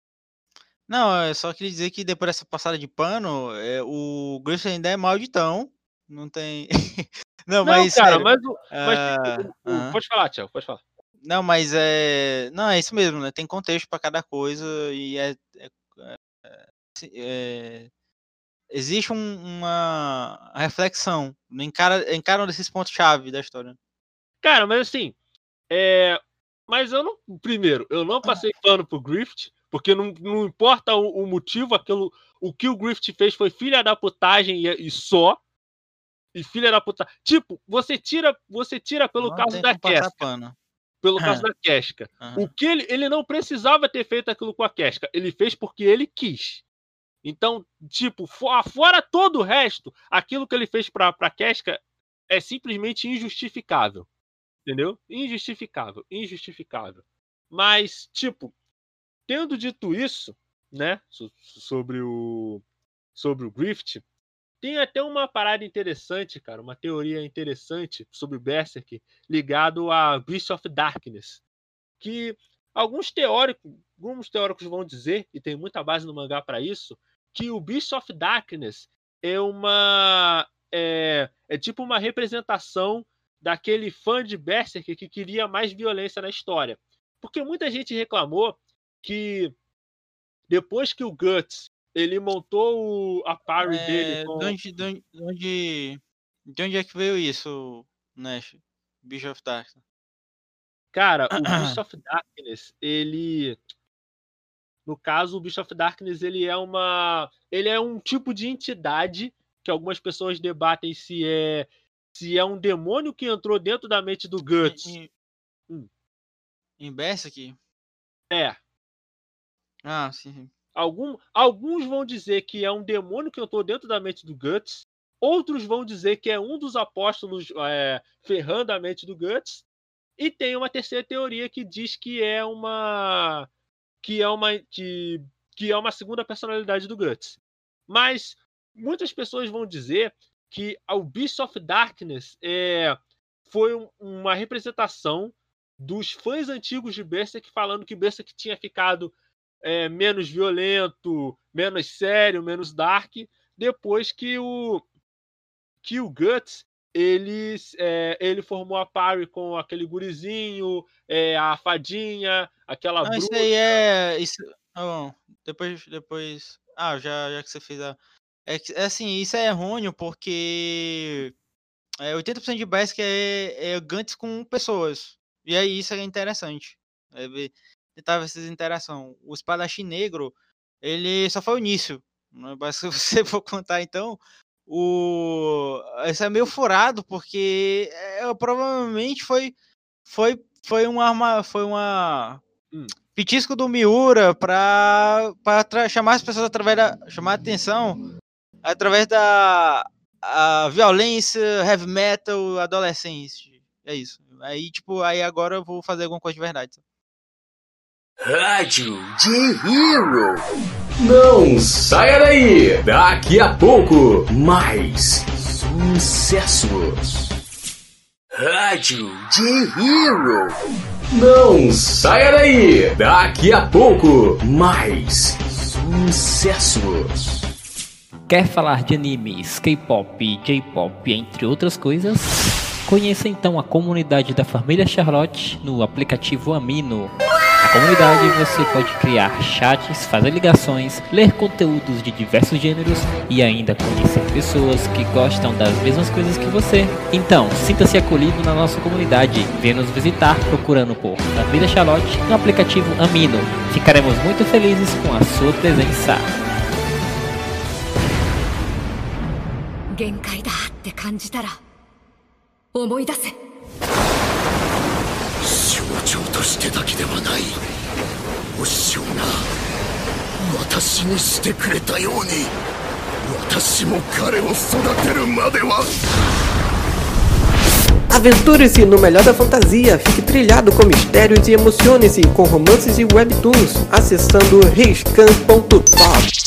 D: Não, eu só queria dizer que depois dessa passada de pano, é, o Griffith ainda é malditão. Não tem. Não,
C: Não,
D: mas.
C: cara,
D: sério,
C: mas, o- mas
D: ah,
C: tipo, o-
D: aham.
C: pode falar, Thiago, pode falar.
D: Não, mas é. Não, é isso mesmo, né? Tem contexto pra cada coisa e é. é- é- é- existe um- uma reflexão. Encara, encara um desses pontos-chave da história.
C: Cara, mas assim, é, mas eu não. Primeiro, eu não passei pano pro Griffith, Porque não, não importa o, o motivo, aquilo, o que o Griffith fez foi filha da putagem e, e só. E filha da puta. Tipo, você tira, você tira pelo
D: Não
C: caso
D: tem
C: da
D: como passar
C: Casca.
D: pano.
C: Pelo caso da Casca.
D: Aham.
C: O que ele, ele não precisava ter feito aquilo com a Casca. Ele fez porque ele quis. Então, tipo, fo- fora todo o resto, aquilo que ele fez pra, pra Casca é simplesmente injustificável. Entendeu? Injustificável. Injustificável. Mas, tipo, tendo dito isso, né, so- sobre o sobre o Griffith, tem até uma parada interessante, cara, uma teoria interessante sobre o Berserk ligado a Beast of Darkness, que alguns teóricos, alguns teóricos vão dizer, e tem muita base no mangá para isso, que o Beast of Darkness é uma é, é tipo uma representação daquele fã de Berserk que queria mais violência na história. Porque muita gente reclamou que depois que o Guts ele montou o- a party dele
D: É, de,
C: com.
D: onde, de, onde, de onde de onde é que veio isso, Nash? Beast of Darkness.
C: Cara, o Beast of Darkness, ele. No caso, o Beast of Darkness, ele é uma. Ele é um tipo de entidade que algumas pessoas debatem se é. Se é um demônio que entrou dentro da mente do Guts.
D: Em,
C: Hum.
D: em Berserk?
C: É.
D: Ah, sim, sim.
C: Algum, alguns vão dizer que é um demônio que entrou dentro da mente do Guts. Outros vão dizer que é um dos apóstolos é, ferrando a mente do Guts. E tem uma terceira teoria que diz que é uma. Que é uma. Que, que é uma segunda personalidade do Guts. Mas muitas pessoas vão dizer que o Beast of Darkness é, foi um- uma representação dos fãs antigos de Berserk falando que Berserk tinha ficado é, menos violento, menos sério, menos dark, depois que o, que o Guts ele, é, ele formou a party com aquele gurizinho, é, a fadinha, aquela
D: Não, isso
C: bruxa.
D: aí é. Isso, ah, bom, depois, depois. Ah, já, já que você fez a. É, que- é assim, isso é errôneo porque é, oitenta por cento de Berserk é, é Gantz com pessoas. E aí isso é interessante. É ver, tentar ver essa interação. O espadachim negro, ele só foi o início. Né? Mas se você for contar então, o. Isso é meio furado, porque é, provavelmente foi. Foi, foi uma arma. Foi uma.
C: Hum.
D: Pitisco do Miura para chamar as pessoas através da. Chamar a atenção através da a violência, heavy metal, adolescente. É isso. Aí, tipo, aí agora eu vou fazer alguma coisa de verdade.
H: Rádio J-Hero. Não saia daí! Daqui a pouco, mais sucessos. Rádio J-Hero. Não saia daí! Daqui a pouco, mais sucessos.
J: Quer falar de animes, K-pop, J-pop, entre outras coisas? Conheça então a comunidade da família Charlotte no aplicativo Amino. Na comunidade você pode criar chats, fazer ligações, ler conteúdos de diversos gêneros e ainda conhecer pessoas que gostam das mesmas coisas que você. Então, sinta-se acolhido na nossa comunidade. Venha nos visitar procurando por Família Charlotte no aplicativo Amino. Ficaremos muito felizes com a sua presença.
K: 限界だって感じたら思い出せ。
H: 象徴としてだけではない。お師匠が私にしてくれたように、私も彼を育てるまでは。
I: Aventure-se no melhor da fantasia, fique trilhado com mistérios e emocione-se com romances e webtoons, acessando riscan ponto top.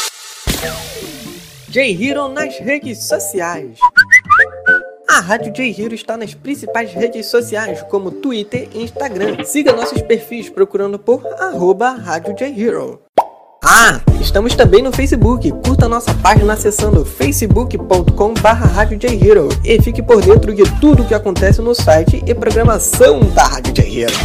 I: J-Hero nas redes sociais. A Rádio J-Hero está nas principais redes sociais, como Twitter e Instagram. Siga nossos perfis procurando por arroba Rádio J-Hero. Ah, estamos também no Facebook. Curta nossa página acessando facebook ponto com barra Rádio J-Hero e fique por dentro de tudo o que acontece no site e programação da Rádio J-Hero.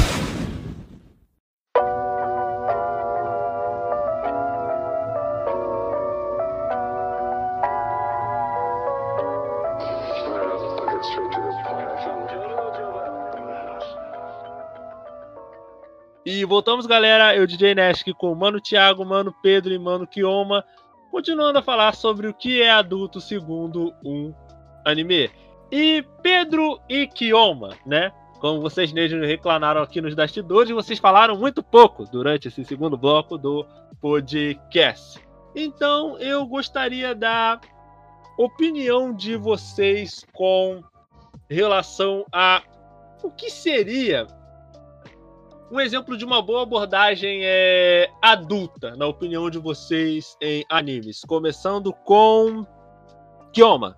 C: E voltamos, galera. Eu, D J Nash, aqui com o Mano Thiago, Mano Pedro e Mano Kioma, continuando a falar sobre o que é adulto segundo um anime. E Pedro e Kioma, né? Como vocês mesmos reclamaram aqui nos bastidores, vocês falaram muito pouco durante esse segundo bloco do podcast. Então, eu gostaria da opinião de vocês com relação a o que seria um exemplo de uma boa abordagem é, adulta, na opinião de vocês, em animes. Começando com Kioma.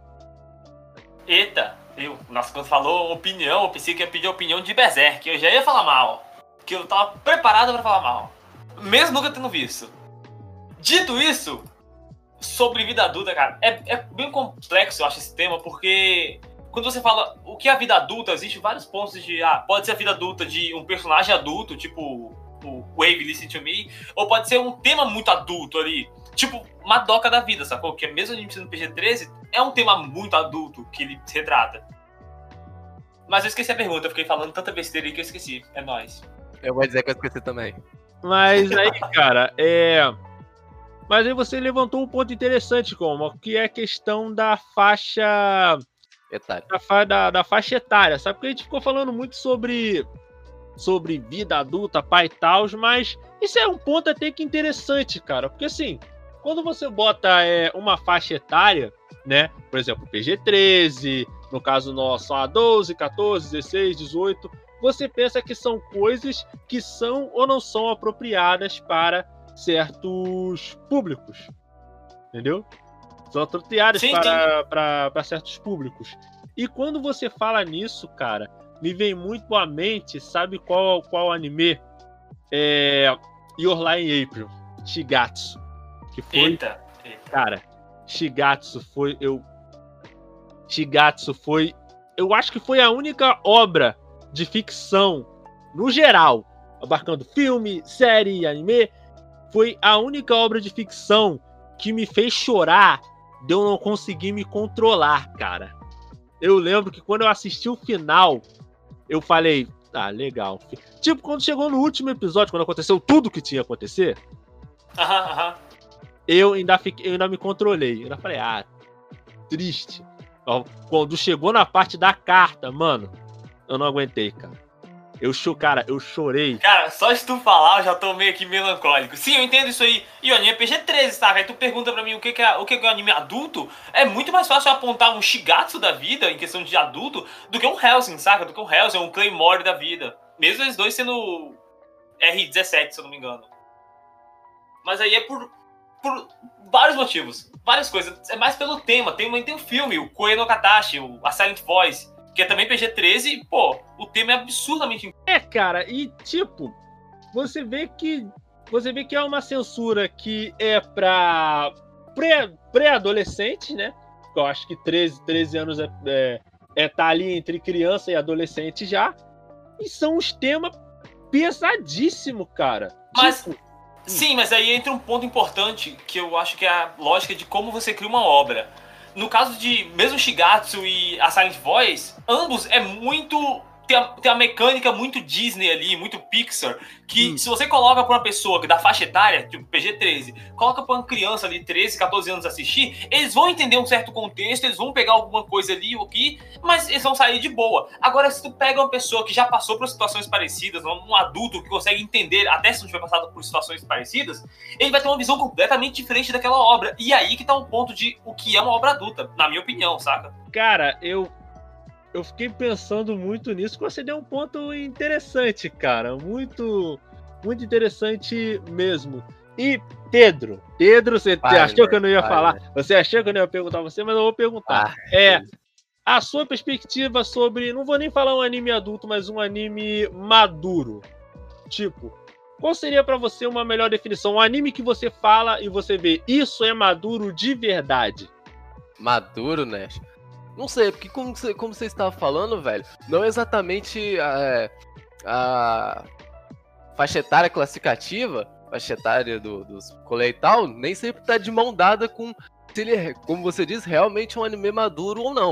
E: Eita, eu, nossa, quando falou opinião, eu pensei que ia pedir a opinião de Berserk, eu já ia falar mal, que eu tava preparado pra falar mal, mesmo nunca tendo visto. Dito isso, sobre vida adulta, cara, é, é bem complexo, eu acho, esse tema, porque quando você fala o que é a vida adulta, existem vários pontos de, ah, pode ser a vida adulta de um personagem adulto, tipo o Wave Listen to Me, ou pode ser um tema muito adulto ali, tipo Madoka da vida, sacou? Que mesmo a gente sendo P G treze, é um tema muito adulto que ele retrata. Mas eu esqueci a pergunta, eu fiquei falando tanta besteira aí que eu esqueci. É nóis.
F: Eu vou dizer que eu esqueci também.
C: Mas aí, cara, é... Mas aí você levantou um ponto interessante, como que é a questão da faixa...
F: Etária.
C: Da, fa... da, da faixa etária, sabe? Porque a gente ficou falando muito sobre... sobre vida adulta, pai e tal, mas isso é um ponto até que interessante, cara. Porque assim, quando você bota é, uma faixa etária, né? Por exemplo, P G treze, no caso nosso, a doze, quatorze, dezesseis, dezoito, você pensa que são coisas que são ou não são apropriadas para certos públicos, entendeu? São apropriadas
E: Sim,
C: para, para, para certos públicos. E quando você fala nisso, cara, me vem muito à mente, sabe qual, qual anime? É Your Lie in April, Shigatsu. Que foi,
E: Eita, eita.
C: Cara, Shigatsu foi, eu, Shigatsu foi, eu acho que foi a única obra de ficção, no geral, abarcando filme, série, anime, foi a única obra de ficção que me fez chorar de eu não conseguir me controlar, cara. Eu lembro que quando eu assisti o final, eu falei, ah, legal. Tipo, quando chegou no último episódio, quando aconteceu tudo que tinha a acontecer,
E: Aham, aham.
C: eu ainda, fiquei, eu ainda me controlei. Eu ainda falei, ah, triste. Quando chegou na parte da carta, mano, eu não aguentei, cara. Eu, cara, eu chorei.
E: Cara, só de tu falar, eu já tô meio que melancólico. Sim, eu entendo isso aí. E o anime é P G treze, saca? Aí tu pergunta pra mim o que, que, é, o que, que é um anime adulto. É muito mais fácil apontar um Shigatsu da vida, em questão de adulto, do que um Hellsing, saca? Do que um Hellsing, um Claymore da vida. Mesmo eles dois sendo R dezessete, se eu não me engano. Mas aí é por, por vários motivos. Várias coisas. É mais pelo tema. Tem, tem um filme, o Koe no Katashi, o A Silent Voice, que é também P G treze, e, pô, o tema é absurdamente...
C: É, cara, e tipo, você vê que você vê que é uma censura que é pra pré, pré-adolescente, né? Eu acho que treze, treze anos é, é, é tá ali entre criança e adolescente já. E são uns temas pesadíssimos, cara.
E: Mas...
C: Tipo,
E: sim, mas aí entra um ponto importante, que eu acho que é a lógica de como você cria uma obra. No caso de mesmo Shigatsu e a Silent Voice, ambos é muito... Tem a, tem a mecânica muito Disney ali, muito Pixar, que hum. se você coloca pra uma pessoa da faixa etária, tipo P G treze, coloca pra uma criança ali, treze, quatorze anos assistir, eles vão entender um certo contexto, eles vão pegar alguma coisa ali ou aqui, mas eles vão sair de boa. Agora, se tu pega uma pessoa que já passou por situações parecidas, um adulto que consegue entender, até se não tiver passado por situações parecidas, ele vai ter uma visão completamente diferente daquela obra. E aí que tá o ponto de o que é uma obra adulta, na minha opinião, saca?
C: Cara, eu... Eu fiquei pensando muito nisso, que você deu um ponto interessante, cara. Muito, muito interessante mesmo. E Pedro, Pedro, você vai, achou que eu não ia vai, falar? Vai. Você achou que eu não ia perguntar a você, mas eu vou perguntar. Ah, é a sua perspectiva sobre, não vou nem falar um anime adulto, mas um anime maduro. Tipo, qual seria pra você uma melhor definição? Um anime que você fala e você vê, isso é maduro de verdade.
F: Maduro, né? Não sei, porque como você, como você estava falando, velho, não exatamente a, a faixa etária classificativa, faixa etária do, dos colê e tal, nem sempre tá de mão dada com se ele é, como você diz, realmente um anime maduro ou não.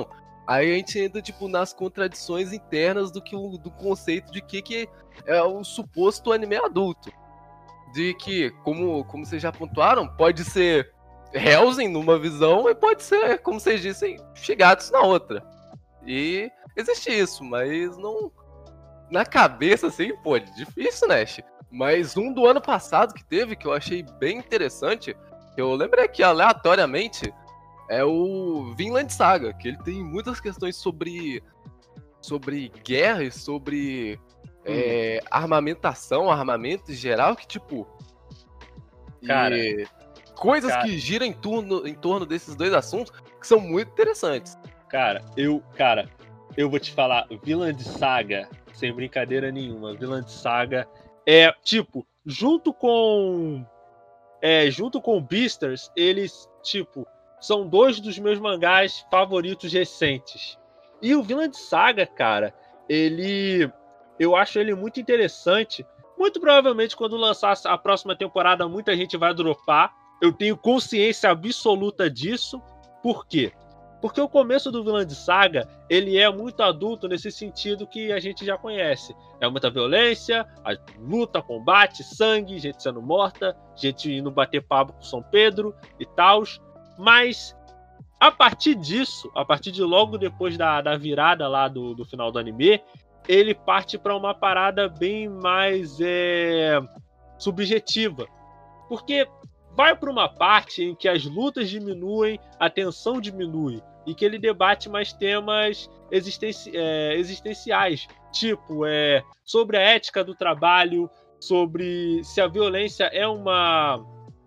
F: aí a gente entra, tipo, nas contradições internas do, que, o- do conceito de que, que é o suposto anime adulto. De que, como, como vocês já pontuaram, pode ser Hellsing numa visão e pode ser, como vocês dissem, Shigatsu na outra. E existe isso, mas não... Na cabeça, assim, pô, é difícil, né? Mas um do ano passado que teve, que eu achei bem interessante, que eu lembrei aqui aleatoriamente, é o Vinland Saga, que ele tem muitas questões sobre, sobre guerra e sobre é, armamentação, armamento em geral, que tipo...
C: Cara,
F: e coisas
C: cara.
F: que giram em torno, em torno desses dois assuntos que são muito interessantes.
C: Cara, eu, cara, eu vou te falar, Vinland Saga, sem brincadeira nenhuma, Vinland Saga é, tipo, junto com é, junto com Beastars, eles, tipo, são dois dos meus mangás favoritos recentes. E o Vinland Saga, cara, ele, eu acho ele muito interessante. Muito provavelmente quando lançar a próxima temporada, muita gente vai dropar. Eu tenho consciência absoluta disso. Por quê? Porque o começo do Vinland Saga, ele é muito adulto nesse sentido que a gente já conhece. É muita violência, a luta, combate, sangue, gente sendo morta, gente indo bater papo com São Pedro e tal. Mas, a partir disso, a partir de logo depois da, da virada lá do, do final do anime, ele parte para uma parada bem mais é, subjetiva. Porque vai para uma parte em que as lutas diminuem, a tensão diminui, e que ele debate mais temas existenci é, existenciais, tipo é, sobre a ética do trabalho, sobre se a violência é uma,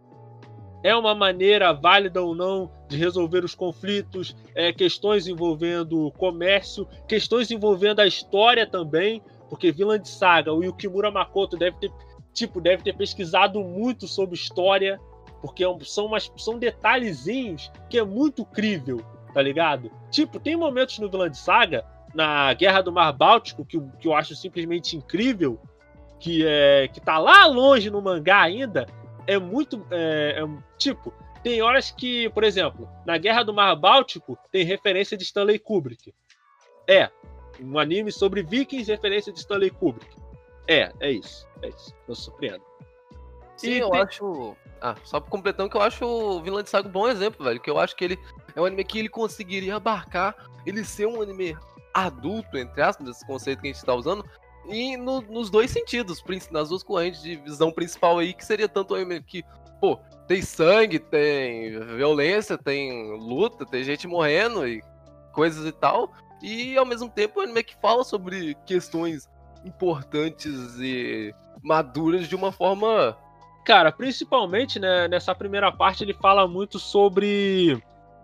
C: é uma maneira válida ou não de resolver os conflitos, é, questões envolvendo comércio, questões envolvendo a história também, porque Vinland Saga, o Yukimura Makoto deve ter, tipo, deve ter pesquisado muito sobre história, porque são, umas, são detalhezinhos que é muito crível, tá ligado? Tipo, tem momentos no Vinland Saga, na Guerra do Mar Báltico, que, que eu acho simplesmente incrível, que, é, que tá lá longe no mangá ainda, é muito... É, é, tipo, tem horas que, por exemplo, na Guerra do Mar Báltico tem referência de Stanley Kubrick. É, um anime sobre vikings, referência de Stanley Kubrick. É, é isso, é isso, eu surpreendo.
F: Sim,
C: E
F: eu
C: tem-
F: acho... Ah, só completando que eu acho o Vinland Saga um bom exemplo, velho. Que eu acho que ele é um anime que ele conseguiria abarcar, ele ser um anime adulto, entre aspas, desse conceito que a gente tá usando, e no- nos dois sentidos, prin- nas duas correntes de visão principal aí, que seria tanto um anime que, pô, tem sangue, tem violência, tem luta, tem gente morrendo e coisas e tal, e ao mesmo tempo um anime que fala sobre questões importantes e maduras de uma forma...
C: Cara, principalmente, né, nessa primeira parte ele fala muito sobre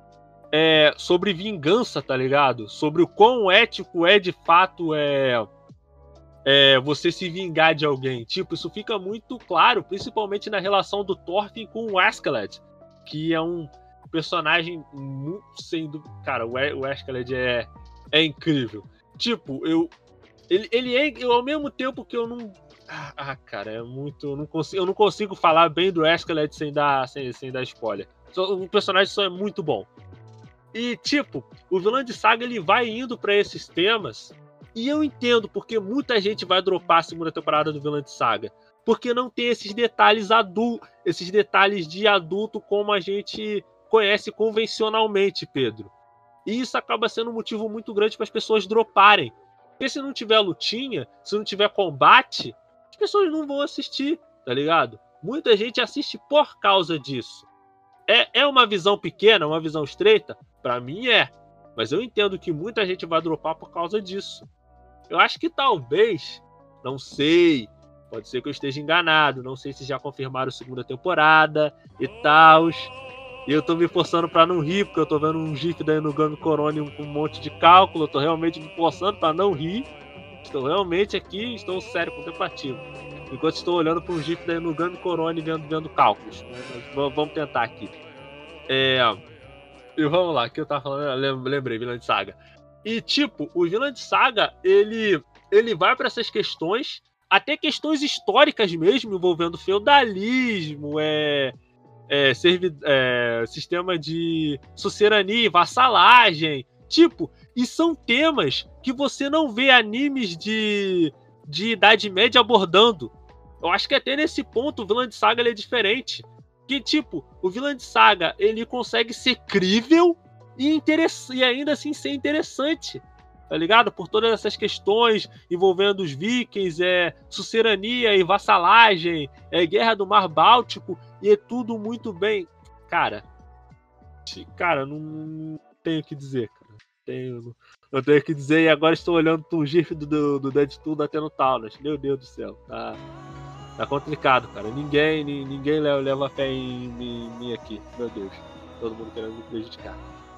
C: é, sobre vingança, tá ligado? Sobre o quão ético é de fato é, é você se vingar de alguém. Tipo, isso fica muito claro, principalmente na relação do Thorfinn com o Askeladd, que é um personagem muito sendo, cara, o, o Askeladd é é incrível. Tipo, eu ele, ele é eu, ao mesmo tempo que eu não Ah, cara, é muito. Eu não consigo, eu não consigo falar bem do Askeladd sem dar, sem, sem dar spoiler. Só- O personagem só é muito bom. E, tipo, o Vinland Saga ele vai indo pra esses temas. E eu entendo porque muita gente vai dropar a segunda temporada do Vinland Saga. Porque não tem esses detalhes adultos, esses detalhes de adulto como a gente conhece convencionalmente, Pedro. E isso acaba sendo um motivo muito grande para as pessoas droparem. Porque se não tiver lutinha, se não tiver combate, as pessoas não vão assistir, tá ligado? Muita gente assiste por causa disso. É, é uma visão pequena, uma visão estreita? Pra mim é. Mas eu entendo que muita gente vai dropar por causa disso. Eu acho que talvez, não sei, pode ser que eu esteja enganado, não sei se já confirmaram a segunda temporada e tal. E eu tô me forçando pra não rir, porque eu tô vendo um gif da Inugami Corone com um monte de cálculo, eu tô realmente me forçando pra não rir. Estou realmente aqui, estou sério, contemplativo. Enquanto estou olhando para um gif da Inugami Corone vendo, vendo cálculos. Né? Mas vamos tentar aqui. É... E vamos lá, o que eu tava falando, eu lembrei, Vinland Saga. E tipo, o Vinland Saga, ele, ele vai para essas questões, até questões históricas mesmo, envolvendo feudalismo, é, é, servi, é, sistema de sucerania, vassalagem, Tipo, e são temas que você não vê animes de, de Idade Média abordando. Eu acho que até nesse ponto o Vinland Saga ele é diferente. Que, tipo, o Vinland Saga ele consegue ser crível e, interess... e ainda assim ser interessante. Tá ligado? Por todas essas questões envolvendo os vikings, é, sucerania e vassalagem, é, guerra do Mar Báltico, e é tudo muito bem. Cara, cara, não tenho o que dizer, cara. Tenho, não tenho o que dizer, e agora estou olhando pro GIF do, do, do Deadpool batendo Taunus. Meu Deus do céu, tá, tá complicado, cara. Ninguém, ninguém leva fé em, em mim aqui. Meu Deus, todo mundo querendo me prejudicar.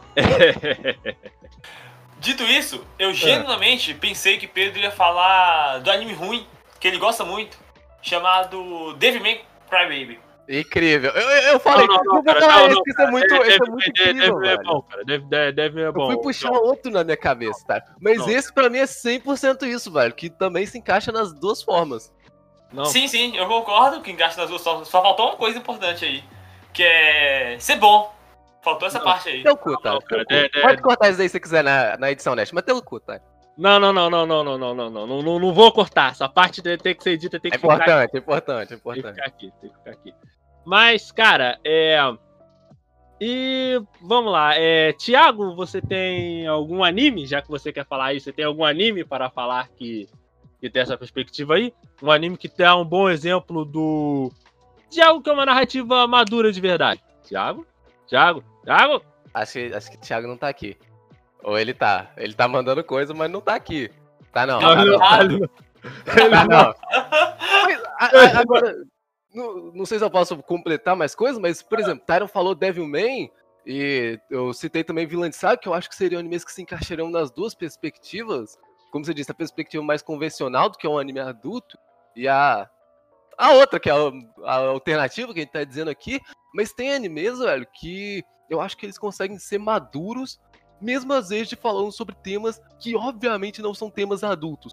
E: Dito isso, eu genuinamente pensei que Pedro ia falar do anime ruim, que ele gosta muito, chamado Devilman Crybaby.
F: Incrível. Eu, eu, eu falei,
C: não, não,
F: não,
C: cara,
F: vou falar
C: não,
F: isso,
C: não,
F: que isso é muito,
C: deve,
F: isso é muito
C: deve,
F: incrível,
C: deve é
F: velho.
C: bom, cara. Deve, deve, deve é bom.
F: Eu fui puxar
C: não.
F: outro na minha cabeça, tá? Mas
C: não.
F: esse pra mim é cem por cento isso, velho, que também se encaixa nas duas formas.
C: Não.
E: Sim, sim, eu concordo que encaixa nas duas formas. Só faltou uma coisa importante aí, que é ser bom. Faltou essa
C: Não.
E: parte aí.
F: Teu cu, tá?
C: Não, cara,
F: Teu cu.
C: é- é-
F: Pode cortar isso aí se você quiser na, na edição, Nest, mas teu cu, tá?
C: Não, não, não, não, não, não, não, não, não, não, não, não vou cortar. Essa parte tem tem que ser dita, tem que
F: É
C: ficar
F: importante, é importante, é
C: Tem que
F: importante.
C: ficar aqui, tem que ficar aqui. Mas, cara, é. E vamos lá. É... Tiago, você tem algum anime? Já que você quer falar aí, você tem algum anime para falar que, que tem essa perspectiva aí? Um anime que dá um bom exemplo do. De algo que é uma narrativa madura de verdade. Tiago? Tiago? Tiago?
F: Acho que, acho que o Thiago não tá aqui. Ou ele tá. Ele tá mandando coisa, mas não tá aqui. Tá não.
C: Não,
F: tá
C: não,
F: não.
C: tá
F: Tá não. Mas, a- a- agora, não, não sei se eu posso completar mais coisas, mas, por exemplo, Tyron falou Devilman, e eu citei também Vinland Saga, que eu acho que seriam animes que se encaixariam nas duas perspectivas. Como você disse, a perspectiva mais convencional do que é um anime adulto, e a, a outra, que é a, a alternativa que a gente tá dizendo aqui. Mas tem animes, velho, que eu acho que eles conseguem ser maduros, mesmo às vezes falando sobre temas que obviamente não são temas adultos.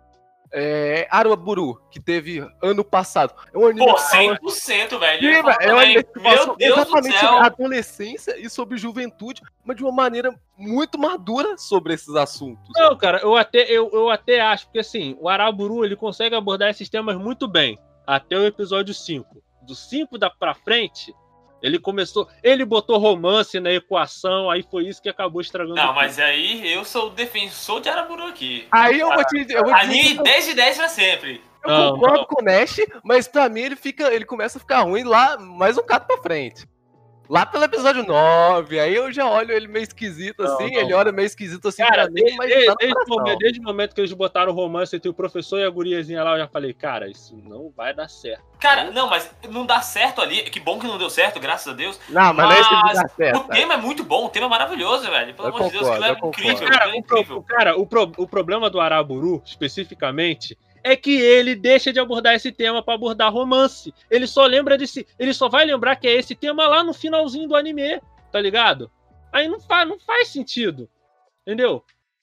F: É, Araburu, que teve ano passado. É um anime
E: Pô,
F: que fala-
E: cem por cento, velho.
F: Sim,
E: Eu ia falar
F: velho, é um
E: também.
F: anime que fala
E: Meu
F: sobre
E: Deus do
F: exatamente
E: céu.
F: sobre a adolescência e sobre juventude, mas de uma maneira muito madura sobre esses assuntos.
C: Não, cara, eu até, eu, eu até acho, porque assim, o Araburu ele consegue abordar esses temas muito bem, até o episódio cinco. Do cinco da pra frente, ele começou. Ele botou romance na equação, aí foi isso que acabou estragando.
E: Não,
C: tudo.
E: mas aí eu sou o defensor de Araburu aqui.
F: Aí eu vou te eu vou dizer
E: Anime
F: que eu-
E: dez de dez pra sempre.
F: eu
C: Não,
F: concordo
C: não.
F: com o Nash, mas pra mim ele fica, ele começa a ficar ruim lá mais um bocado pra frente. Lá pelo episódio nove, aí eu já olho ele meio esquisito
C: Não,
F: assim,
C: não.
F: ele olha meio esquisito assim
C: Cara,
F: pra mim,
C: desde,
F: mas
C: desde,
F: tá no
C: desde o
F: coração.
C: momento, desde o momento que eles botaram o romance entre o professor e a guriazinha lá, eu já falei, cara, isso não vai dar certo.
E: Cara, não, mas não dá certo ali. Que bom que não deu certo, graças a Deus.
F: Não, mas não é isso que não dá certo.
E: o tema é muito bom, o tema é maravilhoso, velho. Pelo
F: Eu
E: amor de Deus,
F: concordo,
E: aquilo é
F: eu concordo.
E: incrível,
C: Cara,
E: aquilo é
C: o, pro-
E: incrível.
C: cara o, pro- o problema do Araburu, especificamente, é que ele deixa de abordar esse tema pra abordar romance. Ele só lembra desse. Ele só vai lembrar que é esse tema lá no finalzinho do anime, tá ligado? Aí não faz, não faz sentido. Entendeu?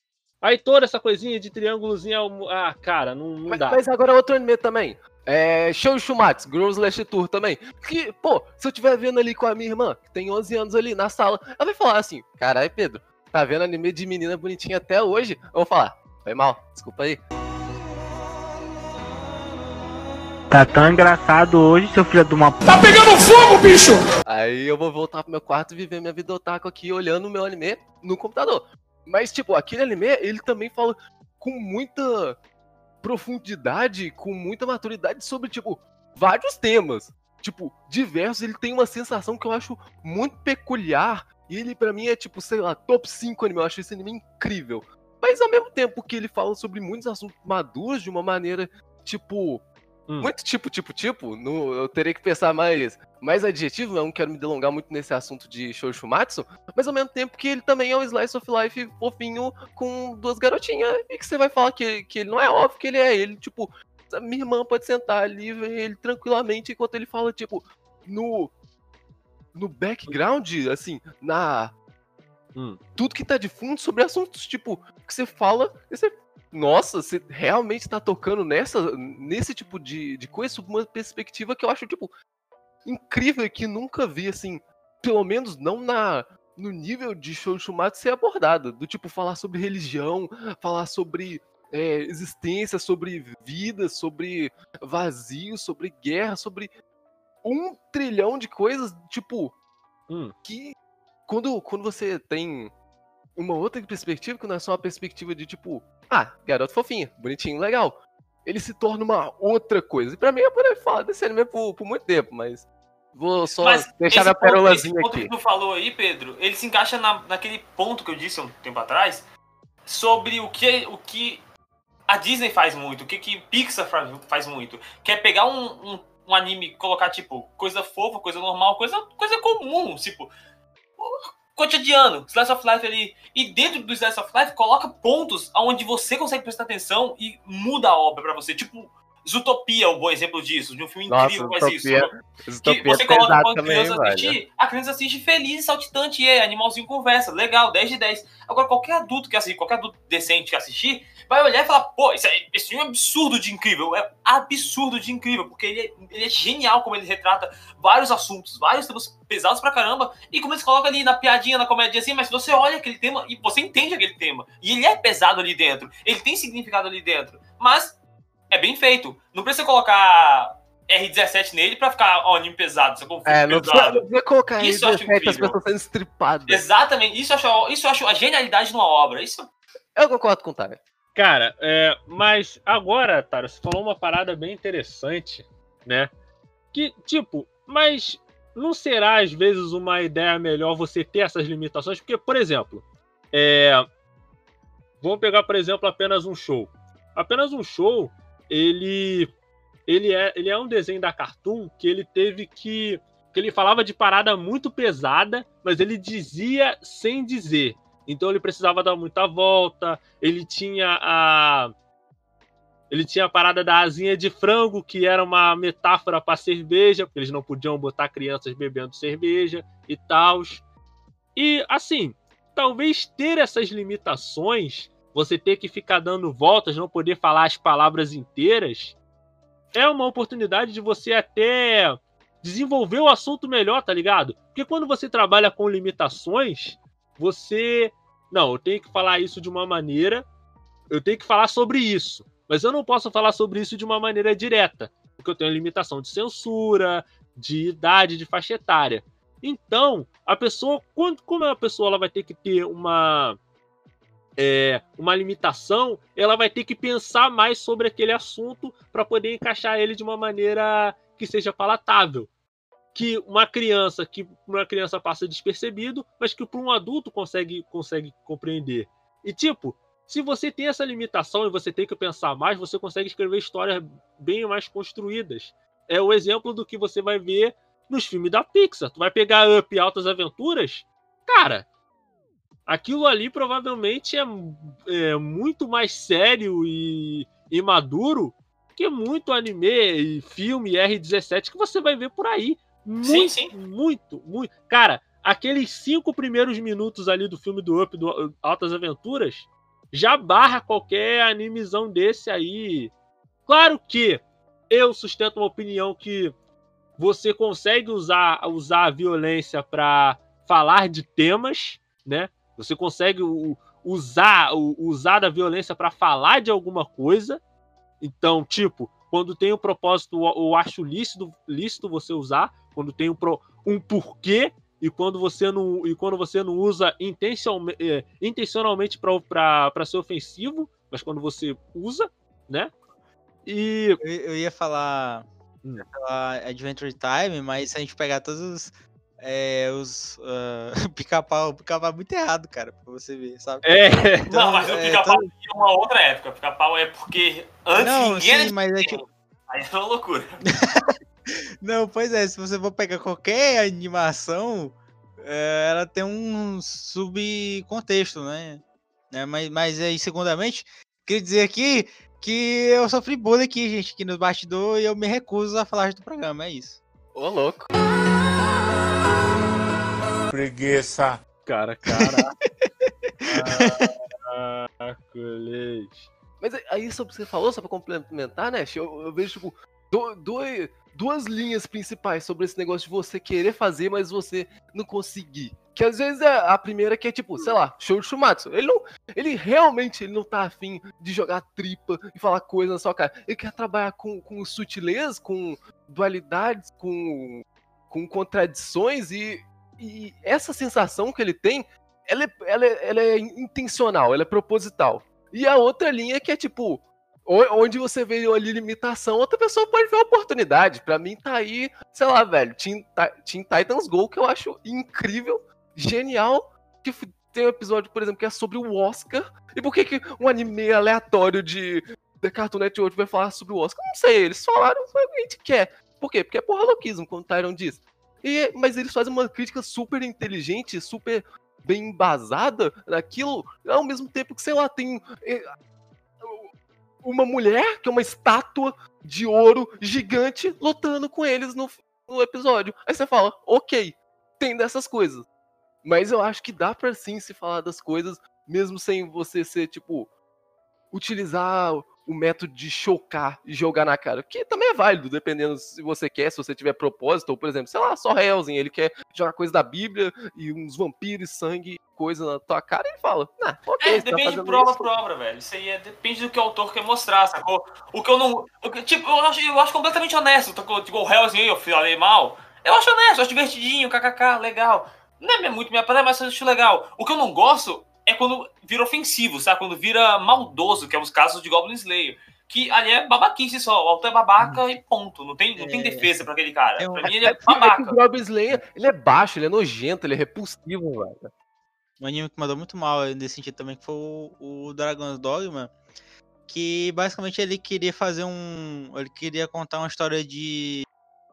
C: Aí toda essa coisinha de triângulozinho. Ah, cara, não, não
F: Mas,
C: dá.
F: mas agora outro anime também. É Show Shumatsu, Girls Last Tour também. Que, pô, se eu estiver vendo ali com a minha irmã, que tem onze anos ali na sala, ela vai falar assim: caralho, Pedro, tá vendo anime de menina bonitinha até hoje? Eu vou falar: foi mal, desculpa aí.
L: Tá tão engraçado hoje, seu filho de uma p.
H: Tá pegando fogo, bicho!
F: Aí eu vou voltar pro meu quarto e viver minha vida otaku aqui, olhando o meu anime no computador. Mas, tipo, aquele anime, ele também fala com muita profundidade, com muita maturidade sobre, tipo, vários temas. Tipo, diversos, ele tem uma sensação que eu acho muito peculiar. E ele, pra mim, é, tipo, sei lá, top cinco anime. Eu acho esse anime incrível. Mas, ao mesmo tempo que ele fala sobre muitos assuntos maduros de uma maneira, tipo...
C: Hum.
F: Muito tipo, tipo, tipo, no, eu teria que pensar mais, mais adjetivo, eu não quero me delongar muito nesse assunto de Shou Shumatsu, mas ao mesmo tempo que ele também é um slice of life fofinho com duas garotinhas, e que você vai falar que, que ele não é óbvio que ele é ele, tipo, minha irmã pode sentar ali e ver ele tranquilamente enquanto ele fala, tipo, no, no background, assim, na...
C: Hum.
F: Tudo que tá de fundo sobre assuntos, tipo, que você fala, e você... Nossa, você realmente tá tocando nessa, nesse tipo de, de coisa, sob uma perspectiva que eu acho, tipo, incrível e que nunca vi, assim, pelo menos não na, no nível de Shou Shumatsu ser abordado. Do tipo, falar sobre religião, falar sobre é, existência, sobre vida, sobre vazio, sobre guerra, sobre um trilhão de coisas, tipo,
C: Hum.
F: que quando, quando você tem uma outra perspectiva, que não é só uma perspectiva de tipo, ah, garoto fofinho, bonitinho, legal. Ele se torna uma outra coisa. E pra mim, eu poderia falar desse anime por, por muito tempo, mas vou só
E: Mas
F: deixar
E: esse
F: minha
E: ponto,
F: perolazinha
E: esse ponto
F: aqui.
E: que tu falou aí, Pedro, ele se encaixa na, naquele ponto que eu disse há um tempo atrás sobre o que, o que a Disney faz muito, o que, que Pixar faz, faz muito, que é pegar um, um, um anime e colocar, tipo, coisa fofa, coisa normal, coisa, coisa comum, tipo, cotidiano, Slice of Life ali. E dentro do Slice of Life, coloca pontos onde você consegue prestar atenção e muda a obra pra você. Tipo, Zootopia é um bom exemplo disso, de um filme
F: Nossa,
E: incrível que faz isso.
F: Zootopia-
E: Que
F: Zootopia
E: você
F: é
E: coloca
F: pesado
E: pra uma
F: também,
E: criança
F: velho.
E: assistir, a criança assiste feliz e saltitante, e é, animalzinho conversa, legal, dez de dez. Agora, qualquer adulto que assistir, qualquer adulto decente que assistir, vai olhar e falar, pô, isso é, esse filme é absurdo de incrível, é absurdo de incrível, porque ele é, ele é genial como ele retrata vários assuntos, vários temas pesados pra caramba, e como ele se coloca ali na piadinha, na comédia assim, mas você olha aquele tema e você entende aquele tema, e ele é pesado ali dentro, ele tem significado ali dentro, mas é bem feito. Não precisa colocar R dezessete nele pra ficar um anime pesado, você confia
F: É, não precisa, não precisa colocar
E: Isso eu acho
F: R dezessete, as
E: incrível.
F: pessoas sendo estripadas.
E: Exatamente, isso eu acho, isso eu acho a genialidade de uma obra. Isso
F: Eu concordo com o Tyler.
C: Cara, é, mas agora, Tara, você falou uma parada bem interessante, né? Que, tipo, mas não será às vezes uma ideia melhor você ter essas limitações? Porque, por exemplo, é, vamos pegar, por exemplo, apenas um show. Apenas um show, ele, ele, é, ele é um desenho da Cartoon que ele teve que... que ele falava de parada muito pesada, mas ele dizia sem dizer. Então ele precisava dar muita volta, ele tinha a... Ele tinha a parada da asinha de frango, que era uma metáfora para cerveja, porque eles não podiam botar crianças bebendo cerveja e tal. E, assim, talvez ter essas limitações, você ter que ficar dando voltas, não poder falar as palavras inteiras, é uma oportunidade de você até desenvolver o assunto melhor, tá ligado? Porque quando você trabalha com limitações, você... Não, eu tenho que falar isso de uma maneira, eu tenho que falar sobre isso. Mas eu não posso falar sobre isso de uma maneira direta, porque eu tenho limitação de censura, de idade, de faixa etária. Então, a pessoa, quando, como a pessoa ela vai ter que ter uma, é, uma limitação, ela vai ter que pensar mais sobre aquele assunto para poder encaixar ele de uma maneira que seja palatável. Que uma criança, que uma criança passa despercebido, mas que para um adulto consegue, consegue compreender. E tipo, se você tem essa limitação e você tem que pensar mais, você consegue escrever histórias bem mais construídas. É o exemplo do que você vai ver nos filmes da Pixar. Tu vai pegar Up, Altas Aventuras, cara, aquilo ali provavelmente é, é muito mais sério e, e maduro que muito anime e filme R dezessete que você vai ver por aí. Muito,
E: Sim, sim.
C: muito, muito. Cara, aqueles cinco primeiros minutos ali do filme do Up, do Altas Aventuras, já barra qualquer animezão desse aí. Claro que eu sustento uma opinião que você consegue usar, usar a violência para falar de temas, né? Você consegue usar, usar da violência para falar de alguma coisa. Então, tipo, quando tem um propósito, eu acho lícito, lícito você usar. Quando tem um, pro, um porquê e quando você não, e quando você não usa intencional, é, intencionalmente para ser ofensivo, mas quando você usa, né? E
D: eu, eu ia falar, hum. ia falar Adventure Time, mas se a gente pegar todos os é, os uh, pica-pau, pica-pau é muito errado, cara, pra você ver, sabe?
C: É.
E: Então, não, mas o pica-pau todo... é uma outra época. O pica-pau é porque antes
D: não,
E: ninguém
D: sim, mas é que...
E: Aí é uma loucura.
D: Não, pois é, se você for pegar qualquer animação, é, ela tem um subcontexto, né? É, mas, mas aí, segundamente, queria dizer aqui que eu sofri bullying aqui, gente, aqui no bastidor, e eu me recuso a falar do programa, é isso.
F: Ô, louco.
B: Preguiça.
C: Cara, cara. Caraca,
F: Mas aí, sobre o que você falou, só pra complementar, né? Eu, eu vejo, tipo, dois, duas linhas principais sobre esse negócio de você querer fazer, mas você não conseguir. Que às vezes é a primeira que é tipo, sei lá, Show Shumatsu. Ele não, ele realmente ele não tá afim de jogar tripa e falar coisa na sua cara. Ele quer trabalhar com, com sutileza, com dualidades, com, com contradições e, e essa sensação que ele tem, ela é, ela, é, ela é intencional, ela é proposital. E a outra linha que é tipo, onde você vê ali limitação, outra pessoa pode ver oportunidade. Pra mim tá aí, sei lá, velho, Teen, Teen Titans Go, que eu acho incrível, genial, que tem um episódio, por exemplo, que é sobre o Oscar. E por que que um anime aleatório de The Cartoon Network vai falar sobre o Oscar? Não sei, eles falaram o que a gente quer. Por quê? Porque é porra louquismo, como o Tyron diz. E, mas eles fazem uma crítica super inteligente, super bem embasada naquilo, ao mesmo tempo que, sei lá, tem uma mulher que é uma estátua de ouro gigante lutando com eles no, no episódio. Aí você fala, ok, tem dessas coisas. Mas eu acho que dá pra sim se falar das coisas, mesmo sem você ser, tipo, utilizar o método de chocar e jogar na cara. Que também é válido, dependendo se você quer, se você tiver propósito. Ou, por exemplo, sei lá, só Hellsing, ele quer jogar coisa da Bíblia e uns vampiros, sangue, coisa na tua cara, e ele fala, nah, ok,
E: É,
F: você tá
E: depende de
F: fazendo
E: prova
F: isso.
E: por obra, velho. Isso aí é, depende do que o autor quer mostrar, sacou? O que eu não... O que, tipo, eu acho, eu acho completamente honesto. Tá, tipo, o Hellsing aí, eu falei mal. Eu acho honesto, eu acho divertidinho, kkk, legal. Não é muito minha praia, mas eu acho legal. O que eu não gosto é quando vira ofensivo, sabe? Quando vira maldoso, que é os casos de Goblin Slayer. Que ali é babaquice só. O autor é babaca e ponto. Não tem, não tem defesa pra aquele cara.
D: É um-
E: Pra mim ele
F: É,
E: é
F: porque é que
E: babaca.
F: o Goblin Slayer, ele é baixo, ele é nojento, ele é repulsivo, velho.
D: Um anime que mandou muito mal nesse sentido também, que foi o, o Dragon's Dogma, que basicamente ele queria fazer um... ele queria contar uma história de...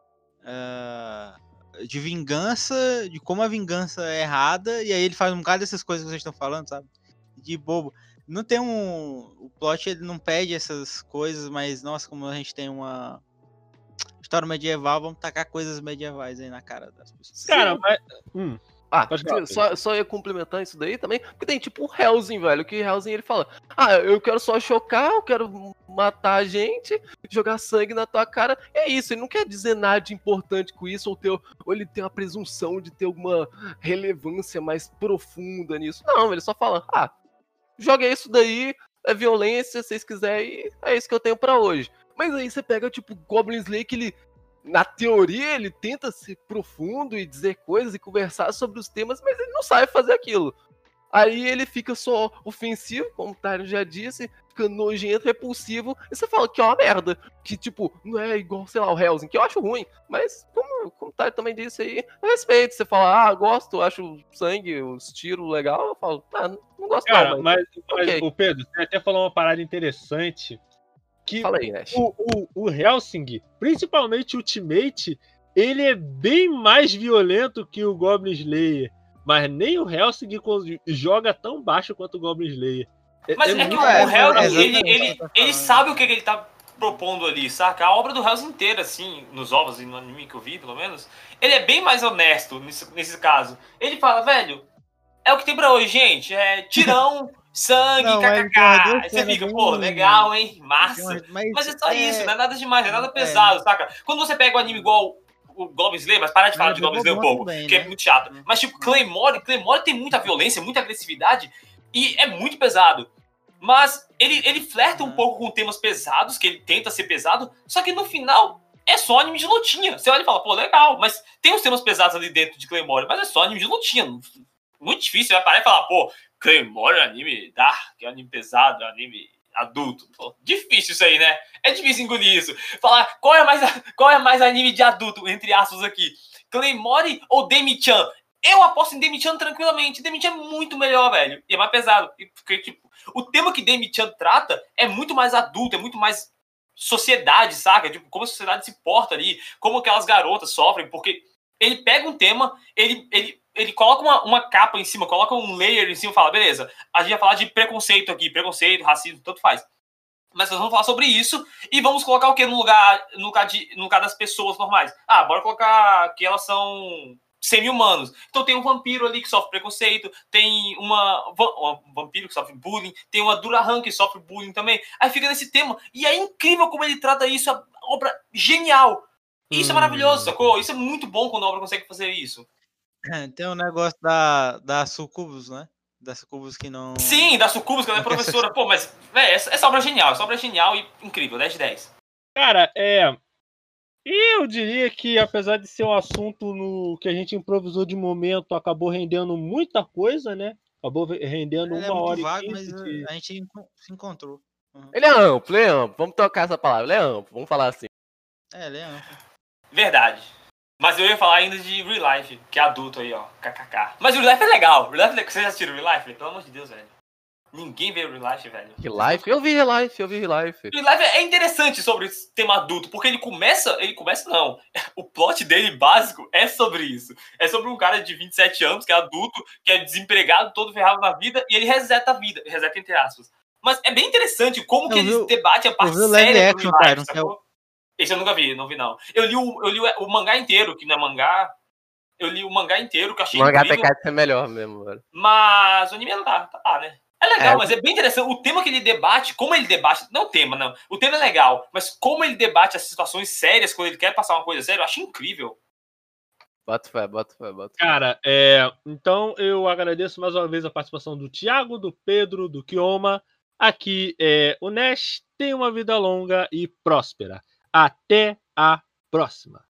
D: ah, de vingança, de como a vingança é errada, e aí ele faz um bocado dessas coisas que vocês estão falando, sabe? De bobo. Não tem um... O plot, ele não pede essas coisas, mas, nossa, como a gente tem uma história medieval, vamos tacar coisas medievais aí na cara das pessoas.
C: Cara, mas. Hum.
F: Ah,
C: Pode falar,
F: só, só ia complementar isso daí também, porque tem tipo o Hellsing, velho, que Hellsing ele fala, ah, eu quero só chocar, eu quero matar a gente, jogar sangue na tua cara, e é isso, ele não quer dizer nada de importante com isso, ou, ter, ou ele tem uma presunção de ter alguma relevância mais profunda nisso, não, ele só fala, ah, joga isso daí, é violência, se vocês quiserem, é isso que eu tenho pra hoje. Mas aí você pega, tipo, Goblin Slayer, que ele, na teoria, ele tenta ser profundo e dizer coisas e conversar sobre os temas, mas ele não sabe fazer aquilo. Aí ele fica só ofensivo, como o Tyron já disse, fica nojento, repulsivo, e você fala que é uma merda. Que, tipo, não é igual, sei lá, o Hellsing, que eu acho ruim, mas como, como o Tyron também disse aí, eu respeito. Você fala, ah, gosto, acho sangue, os tiros legal, eu falo, ah, não gosto
C: Cara,
F: não, mas...
C: mas, mas
F: ok.
C: o Pedro, você até falou uma parada interessante. Que
F: Fala aí, Nash.
C: o, o, o Hellsing, principalmente Ultimate, ele é bem mais violento que o Goblin Slayer. Mas nem o Hellsing joga tão baixo quanto o Goblin Slayer.
E: Mas é, que
C: muito
E: o
C: mais
E: Hellsing,
C: violento.
E: ele, ele, ele sabe o que ele tá propondo ali, saca? A obra do Hellsing inteira, assim, nos ovos e no anime que eu vi, pelo menos, ele é bem mais honesto nesse, nesse caso. Ele fala, velho, é o que tem pra hoje, gente. É tirão, sangue,
D: Não, mas
E: kkk.
D: tem umas duas
E: Aí você
D: cenas
E: fica,
D: bem-
E: pô, legal, hein? Massa.
D: Tem umas- mas
E: Mas é só
D: é-
E: isso, não é nada demais, não é nada
D: é.
E: pesado, saca? Quando você pega um anime igual o Goblin Slayer, mas para de falar
D: Mas
E: de
D: é
E: Goblin Slayer um
D: bobão
E: pouco,
D: também,
E: que
D: né?
E: é muito chato. Mas tipo, Claymore, Claymore tem muita violência, muita agressividade e é muito pesado. Mas ele, ele flerta um pouco com temas pesados, que ele tenta ser pesado, só que no final é só anime de lutinha. Você olha e fala, pô, legal, mas tem uns temas pesados ali dentro de Claymore, mas é só anime de lutinha. Muito difícil, você vai parar e falar, pô, Claymore é anime dark, é anime pesado, é anime adulto. Pô, difícil isso aí, né? É difícil engolir isso. Falar qual é mais, qual é mais anime de adulto, entre aspas aqui. Claymore ou Demi-chan? Eu aposto em Demi-chan tranquilamente. Demi-chan é muito melhor, velho. E é mais pesado. Porque, tipo, o tema que Demi-chan trata é muito mais adulto, é muito mais sociedade, saca? Tipo, como a sociedade se porta ali, como aquelas garotas sofrem, porque ele pega um tema, ele, ele, ele coloca uma, uma capa em cima, coloca um layer em cima e fala, beleza, a gente vai falar de preconceito aqui, preconceito, racismo, tanto faz. Mas nós vamos falar sobre isso e vamos colocar o quê no lugar, no lugar, de, no lugar das pessoas normais? Ah, bora colocar que elas são semi-humanos. Então tem um vampiro ali que sofre preconceito, tem uma, um vampiro que sofre bullying, tem uma Durahan que sofre bullying também. Aí fica nesse tema. E é incrível como ele trata isso, a obra genial. Isso é
D: Hum.
E: maravilhoso, sacou? Isso é muito bom quando a obra consegue fazer isso.
D: Tem um negócio da, da Sucubus, né? Da Sucubus que não.
E: Sim, da Sucubus, que ela é professora. Pô, mas, véi, essa, essa obra é genial. Essa obra é genial e incrível. dez de dez.
C: Cara, é. E eu diria que, apesar de ser um assunto no que a gente improvisou de momento, acabou rendendo muita coisa, né? Acabou rendendo
D: Ele é
C: uma
D: muito
C: hora
D: vago,
C: e
D: mas
C: quinze
D: uh,
C: de...
D: a gente enco- se encontrou. Uhum.
F: Ele é amplo, ele é amplo. Vamos tocar essa palavra. Ele é amplo, vamos falar assim.
D: É, ele é amplo.
E: Verdade. Mas eu ia falar ainda de Real Life, que é adulto aí, ó. K K K. Mas o Real Life é legal. Real Life é... Vocês já assistiram Real Life? Pelo amor de Deus, velho. Ninguém vê o Real Life, velho.
F: Real Life? Eu vi Real Life, eu vi Real Life.
E: Real Life é interessante sobre esse tema adulto, porque ele começa... Ele começa, não. O plot dele, básico, é sobre isso. É sobre um cara de vinte e sete anos, que é adulto, que é desempregado, todo ferrado na vida, e ele reseta a vida. Reseta entre aspas. Mas é bem interessante como que
D: Eu
E: eles
D: vi-
E: debatem a parte
D: eu vi o live
E: séria do
D: action,
E: Real Life,
D: Tyron, que é o-
E: sacou? Esse eu nunca vi, não vi não. Eu li o, eu li o, o mangá inteiro, que não é mangá. Eu li o mangá inteiro, que eu
F: O
E: achei
F: mangá tem
E: incrível.
F: cara de ser melhor mesmo, velho.
E: Mas o anime não tá, tá lá, né? É legal,
F: É.
E: mas é bem interessante. O tema que ele debate, como ele debate, não o tema, não. O tema é legal, mas como ele debate as situações sérias, quando ele quer passar uma coisa séria, eu acho incrível.
F: Bota fé, bota fé, bota fé.
C: Cara, é, então eu agradeço mais uma vez a participação do Thiago, do Pedro, do Kioma. Aqui é o Nash. Tenha uma vida longa e próspera. Até a próxima.